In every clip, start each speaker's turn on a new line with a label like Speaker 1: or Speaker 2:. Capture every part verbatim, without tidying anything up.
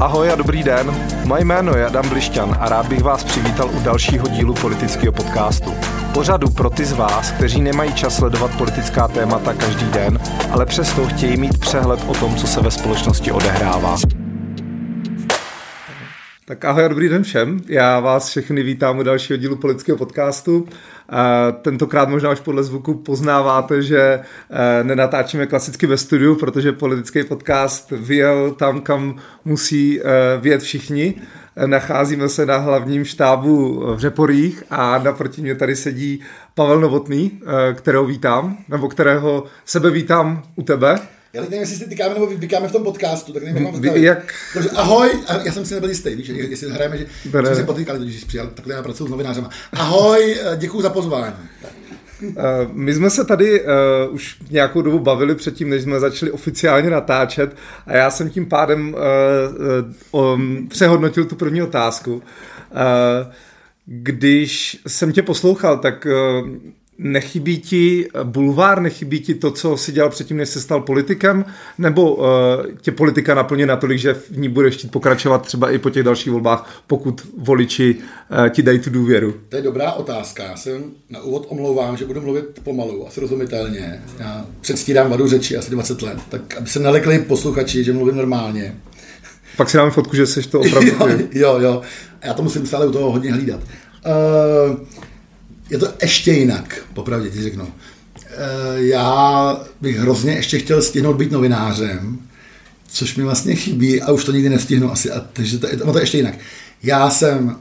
Speaker 1: Ahoj a dobrý den. Moje jméno je Adam Blišťan a rád bych vás přivítal u dalšího dílu politického podcastu. Pořadu pro ty z vás, kteří nemají čas sledovat politická témata každý den, ale přesto chtějí mít přehled o tom, co se ve společnosti odehrává. Tak ahoj a dobrý den všem. Já vás všechny vítám u dalšího dílu politického podcastu. Tentokrát možná už podle zvuku poznáváte, že nenatáčíme klasicky ve studiu, protože politický podcast vyjel tam, kam musí vyjet všichni. Nacházíme se na hlavním štábu v Řeporích a naproti mě tady sedí Pavel Novotný, kterého vítám, nebo kterého sebe vítám u tebe.
Speaker 2: Já teď nevím, jestli si tykáme nebo vykáme v tom podcastu, tak nevím, jak mám
Speaker 1: Jak...
Speaker 2: Takže ahoj, já jsem si nebyl jistý, víš, jestli hrajeme, že jsme se potýkali, když přijal, takhle já pracuji s novinářema. Ahoj, děkuju za pozvání.
Speaker 1: My jsme se tady uh, už nějakou dobu bavili předtím, než jsme začali oficiálně natáčet a já jsem tím pádem uh, uh, um, přehodnotil tu první otázku. Uh, když jsem tě poslouchal, tak uh, nechybí ti bulvár, nechybí ti to, co jsi dělal předtím, než se stal politikem, nebo uh, tě politika naplní natolik, že v ní budeš chtít pokračovat třeba i po těch dalších volbách, pokud voliči uh, ti dají tu důvěru?
Speaker 2: To je dobrá otázka. Já jsem na úvod omlouvám, že budu mluvit pomalu a srozumitelně. Já předstírám vadu řeči asi dvacet let, tak aby se nelekli posluchači, že mluvím normálně.
Speaker 1: Pak si dáme fotku, že jsi to opravdu.
Speaker 2: jo, jo, jo. Já to musím stále u toho hodně hlídat. Uh, Je to ještě jinak, popravdě ti řeknu. Já bych hrozně ještě chtěl stihnout být novinářem, což mi vlastně chybí a už to nikdy nestihnu asi. A takže to, no to je ještě jinak. Já jsem,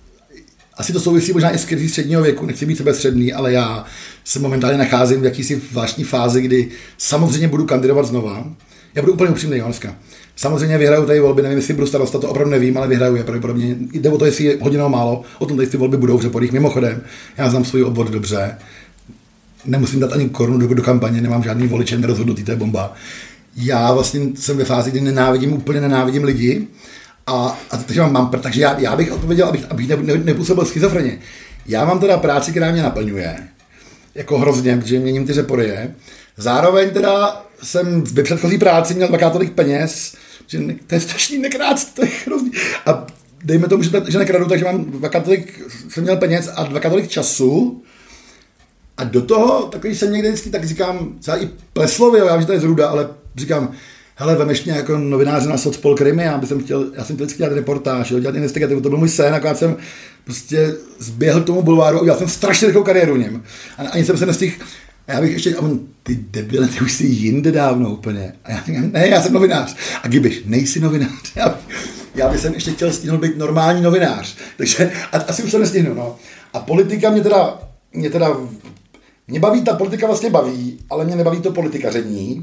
Speaker 2: asi to souvisí možná i s krizí středního věku, nechci být sebestředný, ale já se momentálně nacházím v jakýsi zvláštní fázi, kdy samozřejmě budu kandidovat znova. Já budu úplně upřímný, Johanska. Samozřejmě vyhraju tady volby, nevím, jestli budu starosta, to opravdu nevím, ale vyhraju je pravděpodobně. Jde o to, jestli je hodně málo, o tom tady ty volby budou v Řeporích. Mimochodem, já znám svůj obvod dobře, nemusím dát ani korunu do, do kampaně, nemám žádný voliče nerozhodnutý, to je bomba. Já vlastně jsem ve fázi, kdy nenávidím, úplně nenávidím lidi, a, a takže, mám, takže já, já bych odpověděl, abych, abych ne, ne, nepůsobil schizofreně. Já mám teda práci, která mě naplňuje, jako hrozně, protože měním ty Řepory. Zároveň teda jsem v předchozí práci měl dvakrát tolik peněz, že ne, to je strašný nekrát, to je hrozný. A dejme tomu, že, ta, že nekradu, takže mám dvakrát tolik, jsem měl peněz a dvakrát tolik času. A do toho, tak když jsem někde vždycky, tak říkám, třeba i Pleslově, já vím, že to je zruda, ale říkám, hele, vemeš mě jako novináře na Socpol Krimi, já bych chtěl, já jsem chtěl vždycky dělat reportáž, jo, dělat investigativu, to byl můj sen, akorát jsem prostě zběhl k tomu bulváru a udělal jsem strašně rychlou kariéru v něm. A ani jsem se nestihl. A já bych ještě, a on, ty debile, ty už jsi jinde dávno úplně. A já říkám, ne, já jsem novinář. A Gibiš, nejsi novinář. Já, já bych jsem ještě chtěl stihnout být normální novinář. Takže a, asi už se nestihnu, no. A politika mě teda, mě teda, mě baví, ta politika vlastně baví, ale mě nebaví to politikaření,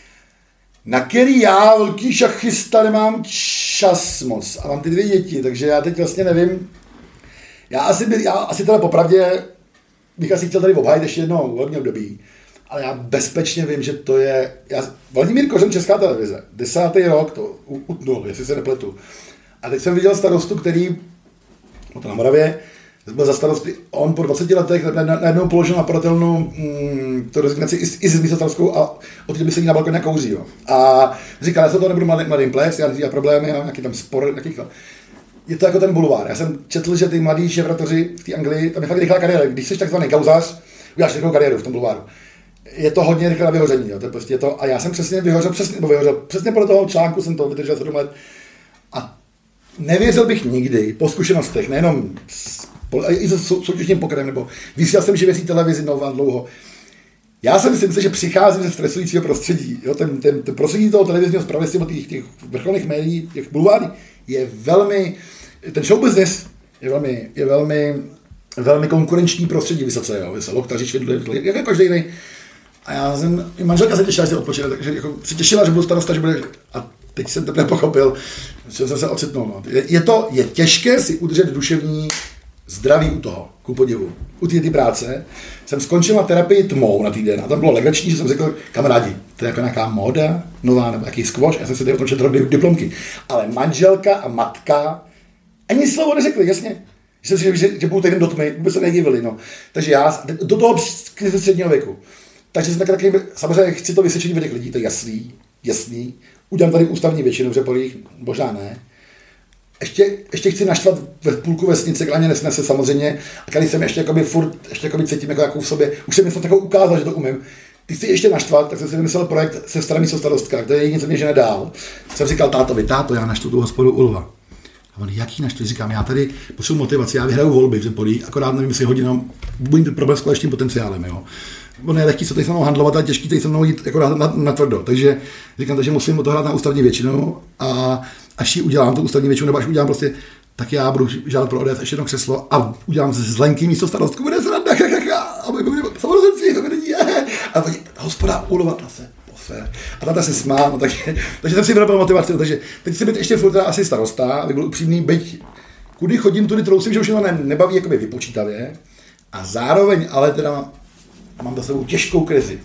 Speaker 2: na který já, velký šachista, nemám čas moc. A mám ty dvě děti, takže já teď vlastně nevím. Já asi, by, já asi teda popravdě bych asi chtěl tady obhájit ještě jednou volební období, ale já bezpečně vím, že to je... Já, Vladimír Kořen, Česká televize, desátý rok to utnul, jestli se nepletu. A teď jsem viděl starostu, který, no to na Moravě, byl za starosty, on po dvaceti letech najednou položil na podatelnu mm, tu rezignaci i, i s místostarovskou a od té by se jí na balkoně kouří. Jo. A říkal, já se to nebudu mladým, mladým ples, já mám problémy, já, nějaký tam spor, nějaký tam. Je to jako ten bulvár. Já jsem četl, že ty mladí šéfredaktoři v té Anglii, tam je fakt rychlá kariéra. Když jsi takzvaný kauzař, uděláš rychlou kariéru v tom bulváru. Je to hodně rychle na vyhoření. Jo. To je prostě to. A já jsem přesně vyhořel, přesně, nebo vyhořel, přesně podle toho článku jsem to vydržel sedm let. A nevěřil bych nikdy po zkušenostech, nejenom s, i se soutěžním pokerem, nebo vysílal jsem živěcí televizi dlouho a dlouho. Já si myslím, že přicházím ze stresujícího prostředí. Jo. Ten, ten, ten prostředí toho televizního zpravodajství, těch, těch vrcholných médií, těch bulvárů, je velmi, ten show business je velmi, je velmi, velmi konkurenční prostředí vysoce, jo, vysoce, loktaři, švidli, jako každý jiný. A já jsem, i manželka se těšila, že se odpočine, takže jako si těšila, že budu starosta, že bude, a teď jsem teprve pochopil, že jsem se ocitnul. No. Je, je to, je těžké si udržet duševní zdraví u toho, ku podivu. U té práce jsem skončil na terapii tmou na týden a tam bylo legrační, že jsem řekl, kamarádi, to je jako nějaká móda nová, nebo jaký squash, já jsem si tady o tom četl diplomky. Ale manželka a matka ani slovo neřekli, jasně. Že, že, že, že budou týden do tmy, vůbec se nedivili, no. Takže já do toho krize středního věku. Takže jsem taky, taky, samozřejmě chci to vysvědčení od těch lidí, to je jasný, jasný. Udělám tady ústavní většinu v Řeporích, možná ne. ještě, ještě chci naštvat ve půlku vesnice, která mě nesnese samozřejmě, a když jsem ještě jakoby furt, ještě jakoby cítím jako, jako v sobě, už jsem něco takovou ukázal, že to umím. Ty chci ještě naštvat, tak jsem si vymyslel projekt se stará místostarostka, který je jediný, co mě žene dál. Jsem říkal tátovi, táto, já naštvu tu hospodu u lva. A on, jaký naštvu? Říkám, já tady potřebuji motivaci, já vyhraju volby v Řepolí, akorát nevím, jestli hodinu, budu mít problém s kolečním potenciálem, jo. On je lehký, co tady se mnou handlovat, a těžký tady se mnou jít jako na, na, na tvrdo. Takže říkám, takže musím to hrát na ústavní většinu a až ji udělám tu ústavní většinu, nebo až udělám prostě, tak já budu žádat pro O D S ještě jedno křeslo a udělám z Lenky místo starostku, bude se rada, a bude samozřejmě, to bude a hospoda ulovatla se. A tata se smál, no, takže, takže jsem si vyrobil motivaci, takže teď si být ještě furt teda asi starosta, aby byl upřímný, byť kudy chodím, tudy trousím, že už mě ne, nebaví jakoby vypočítavě a zároveň ale teda mám za sebou těžkou krizi.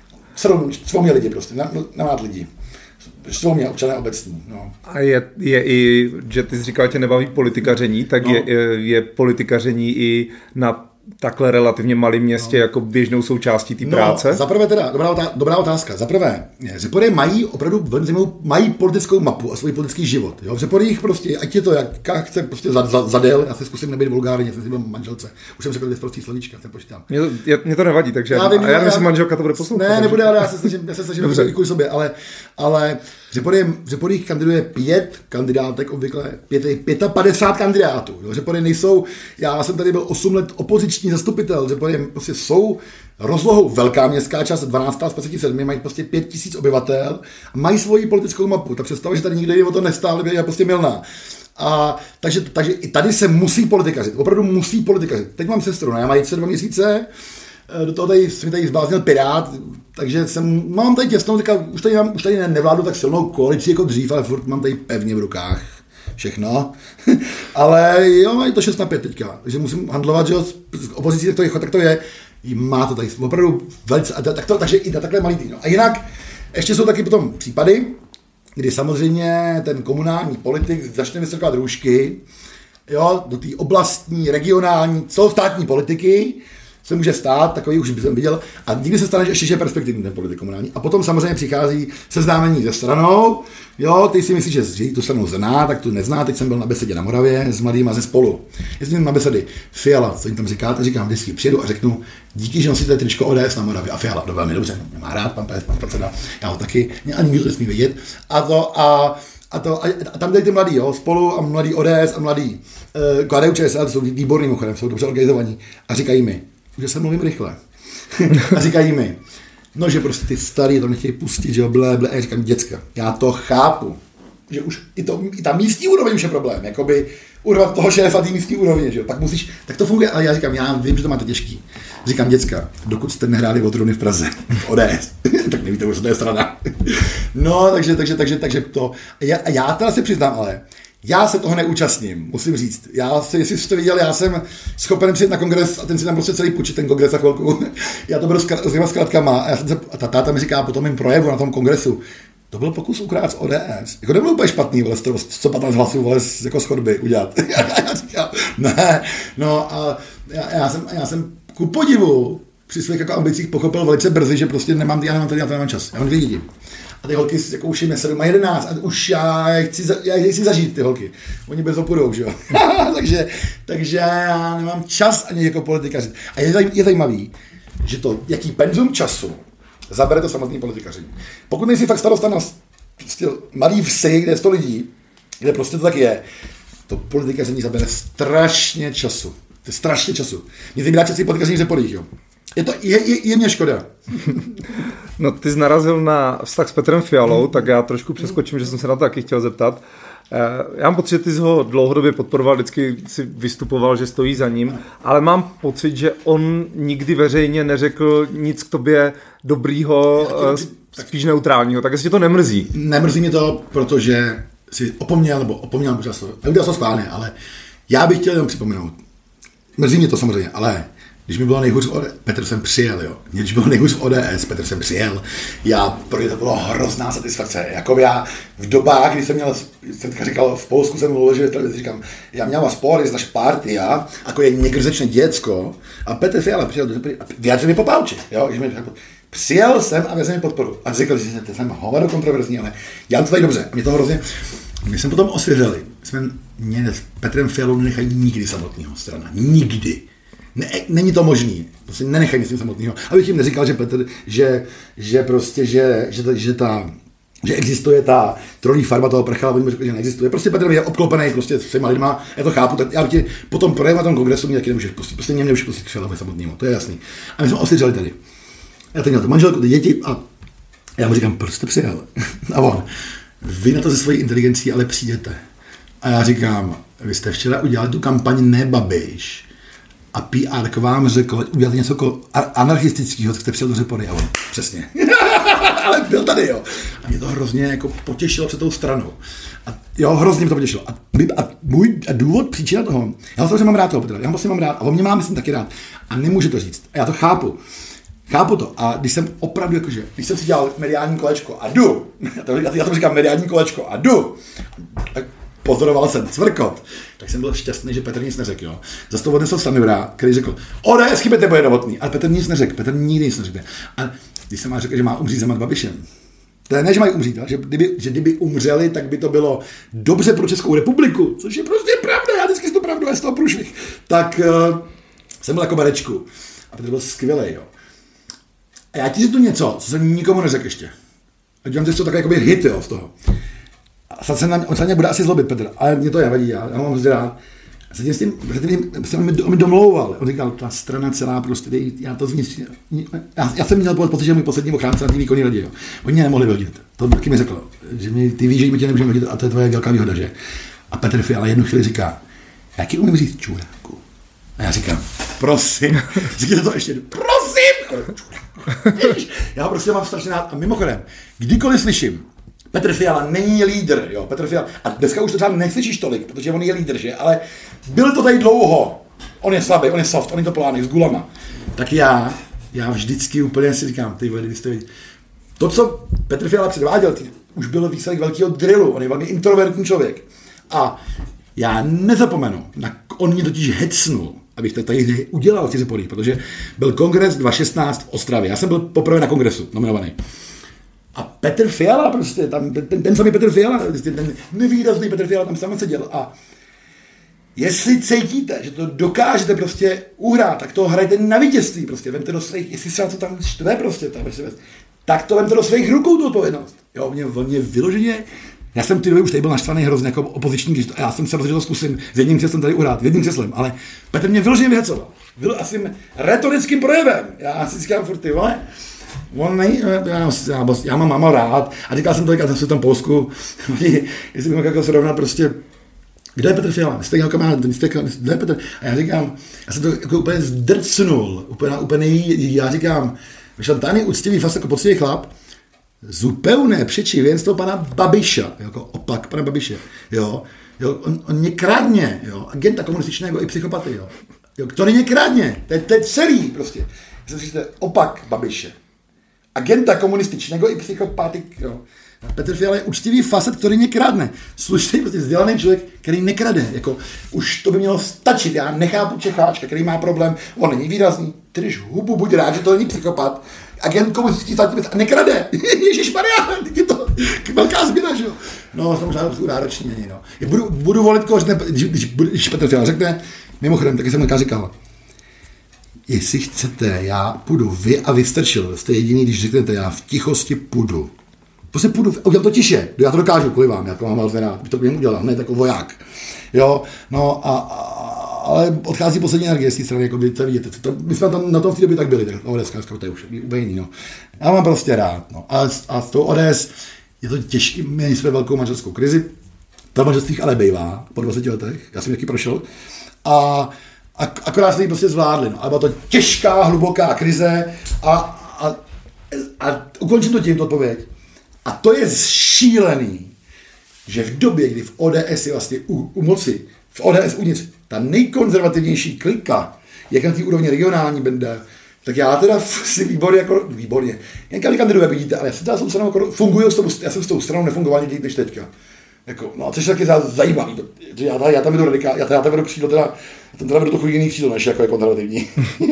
Speaker 2: Svou mě lidi prostě, nemát lidi. Svou mě občané obecní. No.
Speaker 1: A je, je i, že ty jsi říkal, že tě nebaví politikaření, tak no. je, je, je politikaření i na takhle relativně malém městě no. jako běžnou součástí té
Speaker 2: no,
Speaker 1: práce?
Speaker 2: Zaprvé teda, dobrá, otázka, dobrá otázka. Zaprvé, Řepory mají opravdu velmi zajímavou, mají politickou mapu a svůj politický život. Jo? V Řeporích prostě, ať je to jak, jak chce prostě za, za, zadel, já se zkusím nebýt vulgárně, já jsem si byl manželce. Už jsem řekl dvě prostý slovíčka, jsem počítám.
Speaker 1: Mě to, je, mě to nevadí, takže já, vím, a já nevím, jestli manželka to bude poslouchat.
Speaker 2: Ne, nebude, ale já se snažím, já se snažím děkuji sobě, ale, ale v Řeporích kandiduje pět kandidátek, obvykle pět, padesát kandidátů. Jo? Řepory nejsou, já jsem tady byl osm let opoziční zastupitel, Řepory prostě jsou rozlohou velká městská část, dvanáct z padesát sedm, mají prostě pět tisíc obyvatel a mají svoji politickou mapu. Ta představa, že tady nikdo jiný o to nestál, je prostě milná. A, takže, takže i tady se musí politikařit, opravdu musí politikařit. Teď mám sestru, já mají dva měsíce, do toho tady jsem tady zbláznil Pirát, takže jsem, mám tady těsnou, teďka, už tady, mám, už tady nevládnu tak silnou koalici jako dřív, ale furt mám tady pevně v rukách všechno. Ale jo, je to šest na pět teďka, takže musím handlovat, že opozicí, tak to je, tak to je, má to tady opravdu velice, tak to, takže i na takhle malý tým. No. A jinak ještě jsou taky potom případy, kdy samozřejmě ten komunální politik začne vystrkovat růžky, jo, do té oblastní, regionální, celostátní politiky, se může stát, takový už jsem viděl, a někdy se stane, že ještě je perspektivní ten politik komunální. A potom samozřejmě přichází seznámení se stranou, jo, ty si myslíš, že tu stranu zná, tak tu nezná, teď jsem byl na besedě na Moravě s mladýma ze Spolu. Jestli jsem na besedy Fiala, co jim tam říkáte, říkám, vždycky přijedu a řeknu, díky, že nosíte tričko O D S na Moravě. A Fiala, to velmi dobře, mě má rád, pan předseda, já ho taky, ani nikdo nesmí vědět. A to, a A, to, a tam dají ty mladí, jo, Spolu a mladý O D S a mladý uh, K D U Č S L, jsou výborný mimochodem, jsou dobře organizovaní a říkají mi, že se mluvím rychle. A říkají mi, no, že prostě ty starý to nechtějí pustit, že jo, ble, ble, a říkám, děcka, já to chápu, že už i, to, i ta místní úroveň už je problém, jakoby urvat toho šéfa té místní úrovně, že jo, tak musíš, tak to funguje, ale já říkám, já vím, že to máte těžký. Říkám, děcka, dokud jste nehráli o trůny v Praze, O D S, tak nevíte, už to je strana. No, takže, takže, takže, takže to, a já, a já teda si přiznám, ale já se toho neúčastním, musím říct. Já si, jestli jste viděl, já jsem schopen přijet na kongres a ten si tam prostě celý půjčit, ten kongres za chvilku. Já to beru s dvěma zkratkama a, já jsem se, a ta táta mi říká po tom mým projevu na tom kongresu, to byl pokus ukrát z O D S. Jako nebylo úplně špatný, vole, sto patnáct hlasů, vole, jako z chodby udělat. Já říkám, ne, no a já, já, jsem, já jsem ku podivu při svých jako ambicích pochopil velice brzy, že prostě nemám, já nemám tady, já nemám čas, já mám dvě děti. A ty holky jako už jim je sedm a jedenáct a už já chci, já chci zažít ty holky. Oni bez opůjdou, že jo. takže, takže já nemám čas ani jako politikařit. A je, je zajímavý, že to, jaký penzum času zabere to samotný politikaření. Pokud nejsi fakt starosta na prostě malý vsi, kde je sto lidí, kde prostě to tak je, to politikaření zabere strašně času. To je strašně času. Mě vybírá český politikaření v Řeporích, jo. Je to, je, je, je mě škoda.
Speaker 1: No, ty jsi narazil na vztah s Petrem Fialou, tak já trošku přeskočím, že jsem se na to taky chtěl zeptat. Já mám pocit, že ty jsi ho dlouhodobě podporoval, vždycky si vystupoval, že stojí za ním, ale mám pocit, že on nikdy veřejně neřekl nic k tobě dobrýho, spíš neutrálního, tak jestli tě to nemrzí.
Speaker 2: Nemrzí mě to, protože si opomněl, nebo opomněl možná to, neudělal to schválně, ale já bych chtěl jenom připomenout. Mrzí mě to samozřejmě, ale když mi bylo nejhůř v O D S, Petr jsem přijel, jo. Když bylo nejhůř v O D S, Petr jsem přijel. Já, pro mě to bylo hrozná satisfakce. Jako já v dobách, kdy jsem měl, jsem říkal, v Polsku jsem mluvil, že říkám, já měl spory z naše party, ja, jako je někrzečné děcko, a Petr Fiala přijel, vyjádřil mi po pauči, jo. Když mi řekl, přijel jsem a vyjádřil mi podporu. A řekl, že to jsem hovado kontroverzní, ale já to tady dobře. Mě to hrozně, my jsme potom osvěřili. jsme mě s Petrem Fialou nenechají nikdy samotného strana. Nikdy. Ne, není to možný. Prostě nenechají mě s tím samotného. Abych jim neříkal, že Petr, že, že prostě, že, že, ta, že ta že existuje ta trolí farba toho prcha, ale oni mi řekli, že neexistuje. Prostě Petr je obklopený prostě s těma lidma, já to chápu, tak já ti potom projevu na tom kongresu mě taky nemůžeš pustit. Prostě mě nemůžeš pustit k Fialovi samotnému, to je jasný. A my jsme osvěřili tady. Já teď měl to manželku, ty děti a já mu říkám, proč jste přijel? A on, vy na to ze svojí inteligencí ale přijdete. A já říkám, vy jste včera udělali tu kampaň Ne Babiš a P R k vám řekl, udělat něco jako anarchistického, tak jste přijel do Řepory. A on, přesně. Ale byl tady, jo. A mě to hrozně jako potěšilo před tou stranou. A jo, hrozně mě to potěšilo. A, a můj a důvod, příčina toho, já ho mám rád toho Petra, já ho vlastně mám rád a on mě má, myslím, taky rád. A nemůžu to říct. A já to chápu. Chápu to. A když jsem opravdu jakože, když jsem si dělal mediální kolečko a jdu, já to, já to říkám mediální kolečko a jdu, a pozoroval jsem cvrkot, tak jsem byl šťastný, že Petr nic neřekl. Jo. Zase to odnesl Stanjura, který řekl, o ne, chyběte bude Novotný. Ale Petr nic neřekl, Petr nikdy nic neřekl. A když jsem má řekl, že má umřít Zeman Babišem, to je ne, že mají umřít, že kdyby, že kdyby umřeli, tak by to bylo dobře pro Českou republiku, což je prostě pravda, já vždycky si to pravdu, já z toho průšvih. Tak uh, jsem byl jako berečku. A Petr byl skvělej, jo. A já ti řeknu něco, co jsem nikomu neřekl ještě. A dělám si to takový jakoby hit, jo, z toho. A snad se na mě, on se na mě bude asi zlobit, Petr, ale mě to nevadí, já, já ho mám hrozně rád. A se tím, s tím, on mi, on mi domlouval, on říkal, ta strana celá prostě, já to zničím. Já, já jsem měl pocit, že můj poslední ochránce na té výkonné radě, jo. Oni mě nemohli vyhodit, to taky mi řekl, že mi, ty víš, že mi tě nemůžeme vyhodit a to je tvoje velká výhoda, že? A Petr Fiala jednu chvíli říká, jaký umím říct čůráku? A já říkám, prosím, říkejte to ještě, prosím! Já ho prostě mám strašně rád. A mimochodem, kdykoliv slyším, Petr Fiala není lídr, jo, Petr Fiala, a dneska už to třeba neslyšíš tolik, protože on je lídr, že, ale byl to tady dlouho, on je slabý, on je soft, on je to plánek s gulama, tak já, já vždycky úplně si říkám, ty vole, jste vidět. To, co Petr Fiala předváděl, ty, už bylo výsledek velkého drillu, on je velmi introvertní člověk a já nezapomenu, na, on mě totiž hecnul, abych to tady udělal ty Řepory, protože byl kongres dva tisíce šestnáct v Ostravě. Já jsem byl poprvé na kongresu nominovaný. A Petr Fiala prostě, tam, ten, ten samý Petr Fiala, ten nevýrazný Petr Fiala tam sám seděl. A jestli cítíte, že to dokážete prostě uhrát, tak to hrajte na vítězství prostě. Vemte do svých, jestli se to tam štve prostě, tam, tak to vemte do svých rukou tu odpovědnost. Jo, mě, mě vyloženě. Já jsem ty doby už tady byl naštvaný hrozně jako opoziční, když to, já jsem se rozhodl, že to zkusím s jedním křeslem tady uhrát, jedním křeslem, ale Petr mě vyloženě vyhecoval. Byl asi retorickým projevem. Já si říkám furt, ty vole, on nej, já, já, já mám máma rád a říkal jsem to, já jsem si v tom Polsku, jestli bych mohl jako srovnat prostě, kde je Petr Fiala? Jste jeho kamarád, kde je Petr? A já říkám, já jsem to jako úplně zdrcnul, úplně, úplně já říkám, šantány úctivý, fakt jako poctivý chlap, zupełne przeciwieństwo pana Babisza, jako opak pana Babiše, jo, jo on, on mě krádně, jo, agenta komunističného i psychopaty, jo, jo, který mě krádně, to je, to je celý prostě, já jsem si říkal, opak Babiše, agenta komunističného i psychopaty, jo, Petr Fiala je úctivý facet, který mě krádne, slušný, prostě vzdělaný člověk, který nekrade, jako, už to by mělo stačit, já nechápu Čecháčka, který má problém, on není výrazný, tyž hubu, buď rád, že to není psychopat, agent komunistický státní a nekrade. Ježišmarja, je to velká změna, že jo. No, to možná náročný není, no. Já budu, budu volit koho, když, když, když Petr Fiala řekne, mimochodem, taky jsem taká říkal, jestli chcete, já půjdu, vy a vy strčil, jste jediný, když řeknete, já v tichosti půjdu. Prostě půjdu, udělám to tiše, já to dokážu, kvůli vám, já to mám velmi rád, bych to něm udělal, ne jako voják. Jo, no a, a ale odchází poslední energie z té strany, jako to vidíte. To, my jsme tam na tom v té době tak byli, tak O D S, to je už úplně jiný, no. Já mám prostě rád, no. A, a s tou O D S je to těžké, my jsme velkou manželskou krizi, ta manželství ale bejvá po dvaceti letech, já jsem taky prošel, a, a akorát jsme ji prostě zvládli, no. Ale byla to těžká, hluboká krize a, a, a ukončím to tím, to odpověď. A to je šílený, že v době, kdy v O D S je vlastně u, u moci, v O D S uvnitř, ta nejkonzervativnější klika, jak na té úrovni regionální benda, tak já teda si výborně, jako, výborně, jen kandiduju, jak vidíte, ale já jsem teda s tou stranou, jako, funguju s tou, já jsem s tou stranou nefungoval nikdy než teďka. Jako, no, což je taky zajímavý, že já, já tam vedu radikál, já, já tam vedu křídlo, teda, já tam teda vedu trochu jiný křídlo, než jako je konzervativní.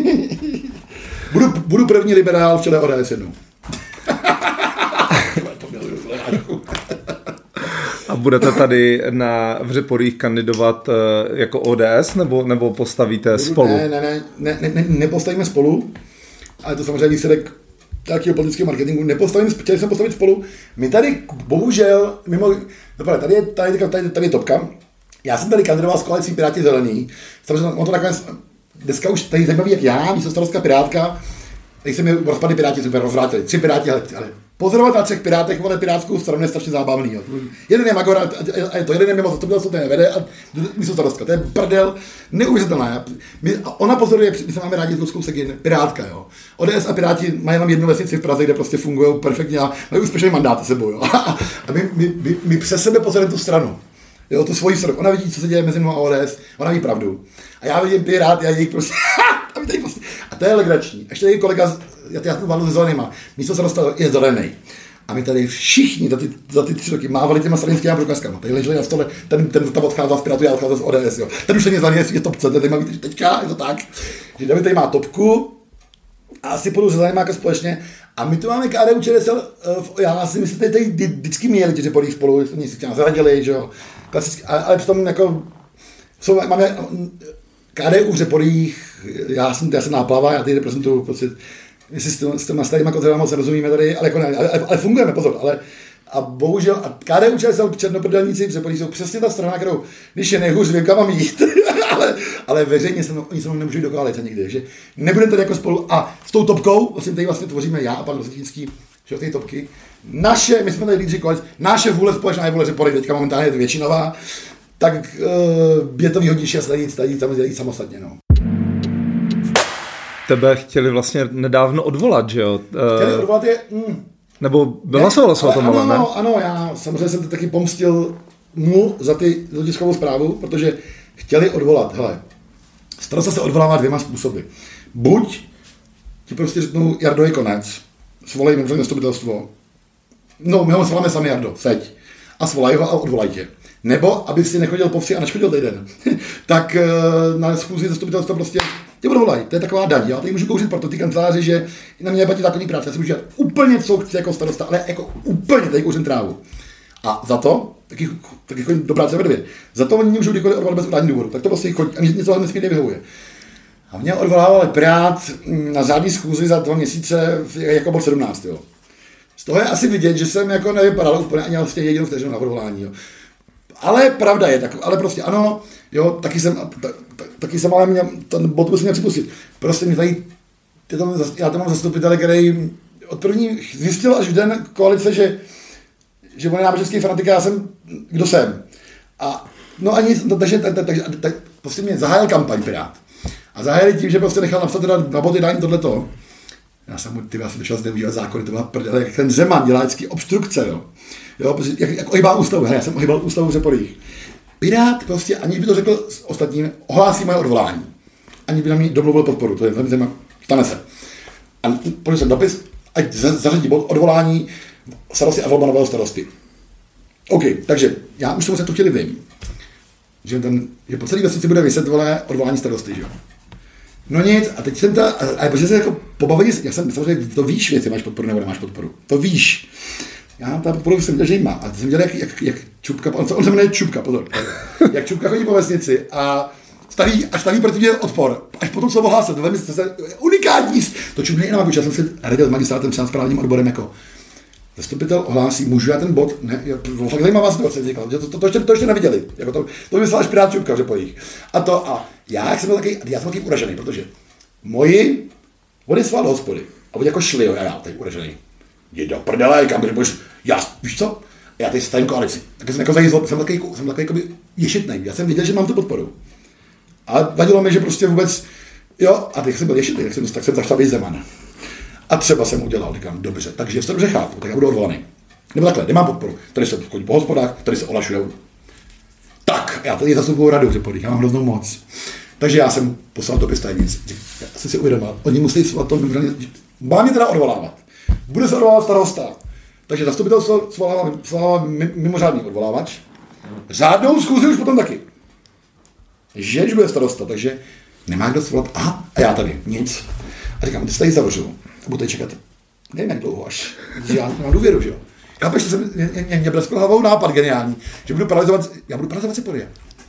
Speaker 2: budu, budu první liberál v čele O D S jednou.
Speaker 1: A budete tady na v Řeporích kandidovat jako O D S, nebo, nebo postavíte spolu?
Speaker 2: Ne, ne, ne, ne, ne, nepostavíme spolu, ale to samozřejmě výsledek takového politického marketingu. Nepostavím, chtěli jsme postavit spolu. My tady, bohužel, mimo, dobré, tady je, tady, tady, tady je topka. Já jsem tady kandidoval s koalicí Piráti Zelení. Samozřejmě, on to nakonec, dneska už tady zajímavý, jak já, místo starostka Pirátka, teď se mi rozpadly Piráti, super rozvrátili. Tři Piráti, ale, ale pozorovat na třech Pirátech, ale pirátskou stranu je strašně zábavný. Jo. Jeden je Magora, a je to jeden je mimo zastupitelstvo, ten nevede, a místo starostka. To je prdel neuvěřitelná. My, ona pozoruje, my se máme rádi s Ludskou Segin, Pirátka, jo. O D S a Piráti mají jenom jednu vesnici v Praze, kde prostě fungují perfektně a mají úspěšný mandát sebou, jo. A my, my, my, my přes sebe pozorujeme tu stranu. Jo, tu svoji stranu. Ona vidí, co se děje mezi mnou a O D S, ona ví pravdu. A já vidím Pirát, já jich prostě, a, tady prostě, a to je legrační. Ještě tady kolega, já já tu se zelenýma, místo se dostal, je zelený. A my tady všichni za ty, za ty tři roky mávali těma stranickými průkazkama. Tady leželi na stole, ten, ten tam odcházel z Pirátu, já odcházel z O D S, jo. Ten už se mě zelený, je topce, ten má teďka, je to tak, že David tady má topku a asi půjdu se zeleněmáka společně. A my tu máme K D U Č S L, já si myslím, že tady vždycky měli ti Řeporí spolu, oni si těm zaradili, že jo. Klasicky, ale přitom jako, jsou, máme K D U v Řeporích, já jsem, já jsem náplava, já tady reprezentuju, prostě, jestli s těma starýma konzervama moc nerozumíme tady, ale, jako ne, ale, ale, ale fungujeme, pozor, ale a bohužel, a K D U Č S L černoprdelníci v Řeporích jsou přesně ta strana, kterou, když je nejhůř, vím, kam mám jít, ale, ale veřejně se, oni se mnou nemůžou jít do koalice nikdy, takže nebudeme tady jako spolu, a s tou topkou, vlastně tady vlastně tvoříme já a pan Rosicínský, že ty topky, naše, my jsme tady lídři koalice, naše vůle společná je vůle Řepory, teďka momentálně je to většinová, tak uh, je to výhodnější a sledit tady samozřejmě samostatně, no.
Speaker 1: Tebe chtěli vlastně nedávno odvolat, že jo?
Speaker 2: Chtěli odvolat je... Mm,
Speaker 1: Nebo hlasovalo se o tom,
Speaker 2: ano,
Speaker 1: ne?
Speaker 2: Ano, ano, já samozřejmě jsem to taky pomstil mu za, ty, za tiskovou zprávu, protože chtěli odvolat, hele, starosta se odvolává dvěma způsoby. Buď ti prostě řeknou, Jardo je konec, svolej mimořádné zastupitelstvo, no my ho svoláme sami, Jardo, seď, a svolaj ho a odvolaj tě. Nebo, aby si nechodil po vsi a neškodil týden, tak na schůzi zastupitelstva prostě tě odvolají. To je taková daň. Já tady můžu kouřit pro ty kanceláři, že na mě neplatí zákonní práce. Já si můžu dělat úplně, co chci jako starosta, ale jako úplně tady kouřím trávu. A za to, taky, taky chodím do práce ve dvě. Za to oni můžou kdykoliv odvolat bez udání důvodu. Tak to prostě chodí a něco vám nesmírně vyhovuje. A mě odvolával Pirát na řádní schůzi za dva měsíce jako bod sedmnáct. Jo. Z toho je asi vidět, že jsem jako nevypadal úplně ani vlastně jedinou vteřinu na odvolání. Jo. Ale pravda je, tak, ale prostě ano, jo, taky jsem, ta, ta, taky jsem ale měl, ten bod musím měl připustit. Prostě mě tady, tam, já tam mám zastupitele, který od první zjistil až v den koalice, že, že on je náboženský fanatik a já jsem, kdo jsem. A no a nic, takže takže prostě mě zahájil kampaň Pirát. A zahájili tím, že prostě nechal napsat teda na boty dání tohleto. Já jsem mu, ty já jsem došel zneužívat zákony, to byla prdele, jak ten Zeman dělá vždycky obstrukce, jo. Jo, jak, jak ohýbá ústavu, he, já jsem ohýbal ústavu v Řeporích. Pirát prostě, aniž by to řekl s ostatními, ohlásí moje odvolání. Ani by na mě domluvil podporu, to je velmi zajímavé, stane se. A pošel jsem dopis, ať zařadí bod odvolání starosty a volba nového starosty. OK, takže já už jsem se to chtěli vím, že, ten, že po celé vesnici bude vyset vole odvolání starosty, že jo. No nic, a teď jsem ta, a, a protože se jako pobavili, já jsem samozřejmě, to víš, jestli máš podporu nebo nemáš podporu, to víš. Já tam podporu jsem viděl, že jí má. A jsem viděl, jak, jak, jak Čupka, on se, on se jmenuje Čupka, pozor. Jak Čupka chodí po vesnici a staví, a staví proti mě odpor. Až potom slovo hlásat, to velmi se unikátní. To Čupka je já jsem si radil s magistrátem třeba správním odborem jako zastupitel ohlásí, můžu já ten bod, ne, bylo fakt zajímavá situace, říkal, to, to, to, to, ještě, to ještě neviděli, jako to, to myslel až Pirát Čupka v Řepojích. A to, a já jsem byl taky, já jsem taky uražený, protože moji, oni svál do hospody, a oni jako šli, jo, a já tady uražený. Jde do prdele, kam budeš, já, víš co? Já tady stavím koalici. Tak jsem jako zajizl, jsem takový, jsem takový jakoby ješitnej. Já jsem viděl, že mám tu podporu. A vadilo mi, že prostě vůbec, jo, a teď jsem byl ješitnej, tak jsem, tak jsem začal být Zeman. A třeba jsem udělal, říkám, dobře, takže se dobře chápu, tak já budu odvolaný. Nebo takhle, nemám podporu. Tady se chodí po hospodách, tady se olašují. Tak, já tady zastupuju radu, že podích, já mám hroznou moc. Takže já jsem poslal dopis tajnic. Já jsem si uvědomil, oni musí svolat to, má mě teda odvolávat. Bude se odvolávat starosta. Takže zastupitelstvo svolává, svolává mimořádný odvolávač. Řádnou schůzi už potom taky. Že už bude starosta, takže nemá kdo svolat. Aha, a já tady, nic. A říkám, ty se tady zavřu. A budu tady čekat, nevím jak dlouho až. Já mám důvěru, že jo. Chápeš, že jsem, mě, mě, mě bleskl hlavou nápad geniální, že budu paralyzovat, já budu paralyzovat Ciporia.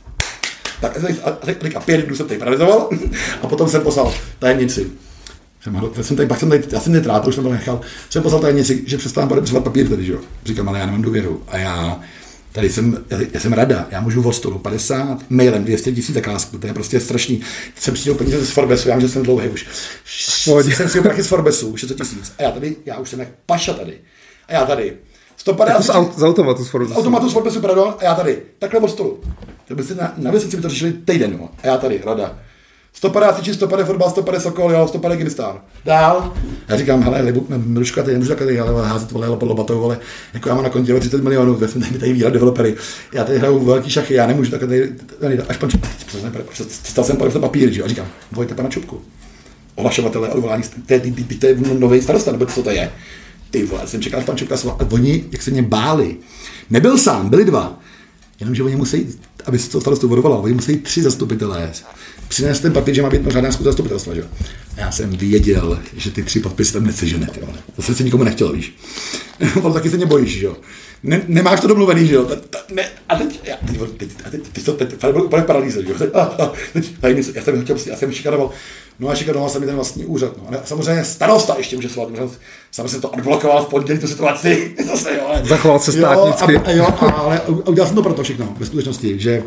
Speaker 2: Tak a, a, a pět dnů jsem tady paralyzoval a potom jsem poslal tajemnici. Jsem, jsem tady, pak jsem tady, já jsem netrátil, už jsem to nechal, jsem poslal tajemnici, že přestávám podepisovat papír tady, že jo. Říkám, ale já nemám důvěru a já tady jsem, já, já jsem rada, já můžu od stolu padesát, mailem dvě stě tisíc zakázku, to je prostě strašný. Jsem přišel peníze z Forbesu, já vím, že jsem dlouhý už. Pojď. Jsem si prachy z Forbesu, šest set tisíc. A já tady, já už jsem jak paša tady. A já tady. sto padesát
Speaker 1: z, aut, z automatu z Forbesu.
Speaker 2: Z automatu z Forbesu, pardon, a já tady. Takhle od stolu. To by si na, na věci by to řešili týden, jo. A já tady, rada. sto padesát či sto padesát fotbal, sto padesát Sokol, jo, sto padesát Kyrgyzstán. Dál. Já říkám, hele, Libu, Miluška, ty nemůžu takhle ale házet vole pod lobatou, ale jako já mám na kontě třicet milionů, tak jsem tady, tady výrat developery. Já tady hraju velký šachy, já nemůžu takhle tady, tady až pan přestal jsem podepsat papír, že jo, a říkám, vojte pana Čupku. Ohlašovatele, odvolání, to je nový starosta, nebo co to je. Ty vole, jsem čekal, pan Čupka, a oni, jak se mě báli, nebyl sám, byli dva. Jenomže oni musí, aby se to starostu odvolalo, oni musí tři zastupitelé přinést ten papír, že má být řádná schůze zastupitelstva, že? Já jsem věděl, že ty tři podpisy tam neseženete, ale to jsem se nikomu nechtěl, víš. Ale taky se mě bojíš, že jo. Ne, nemáš to domluvený, že jo. Ta, ta, ne, a teď, já, teď, teď, teď, teď, teď, teď, teď byl úplně v paralýze, že jo. A, a, teď, tady, já jsem chtěl, já jsem šikanoval, no a šikanoval jsem mi ten vlastní úřad, no. A samozřejmě starosta ještě může svolat, může, jsem se to odblokoval v pondělí tu situaci, zase, jo. Ale,
Speaker 1: zachoval se státnicky.
Speaker 2: Jo, a, a, jo, a, ale udělal jsem to proto všechno, ve skutečnosti, že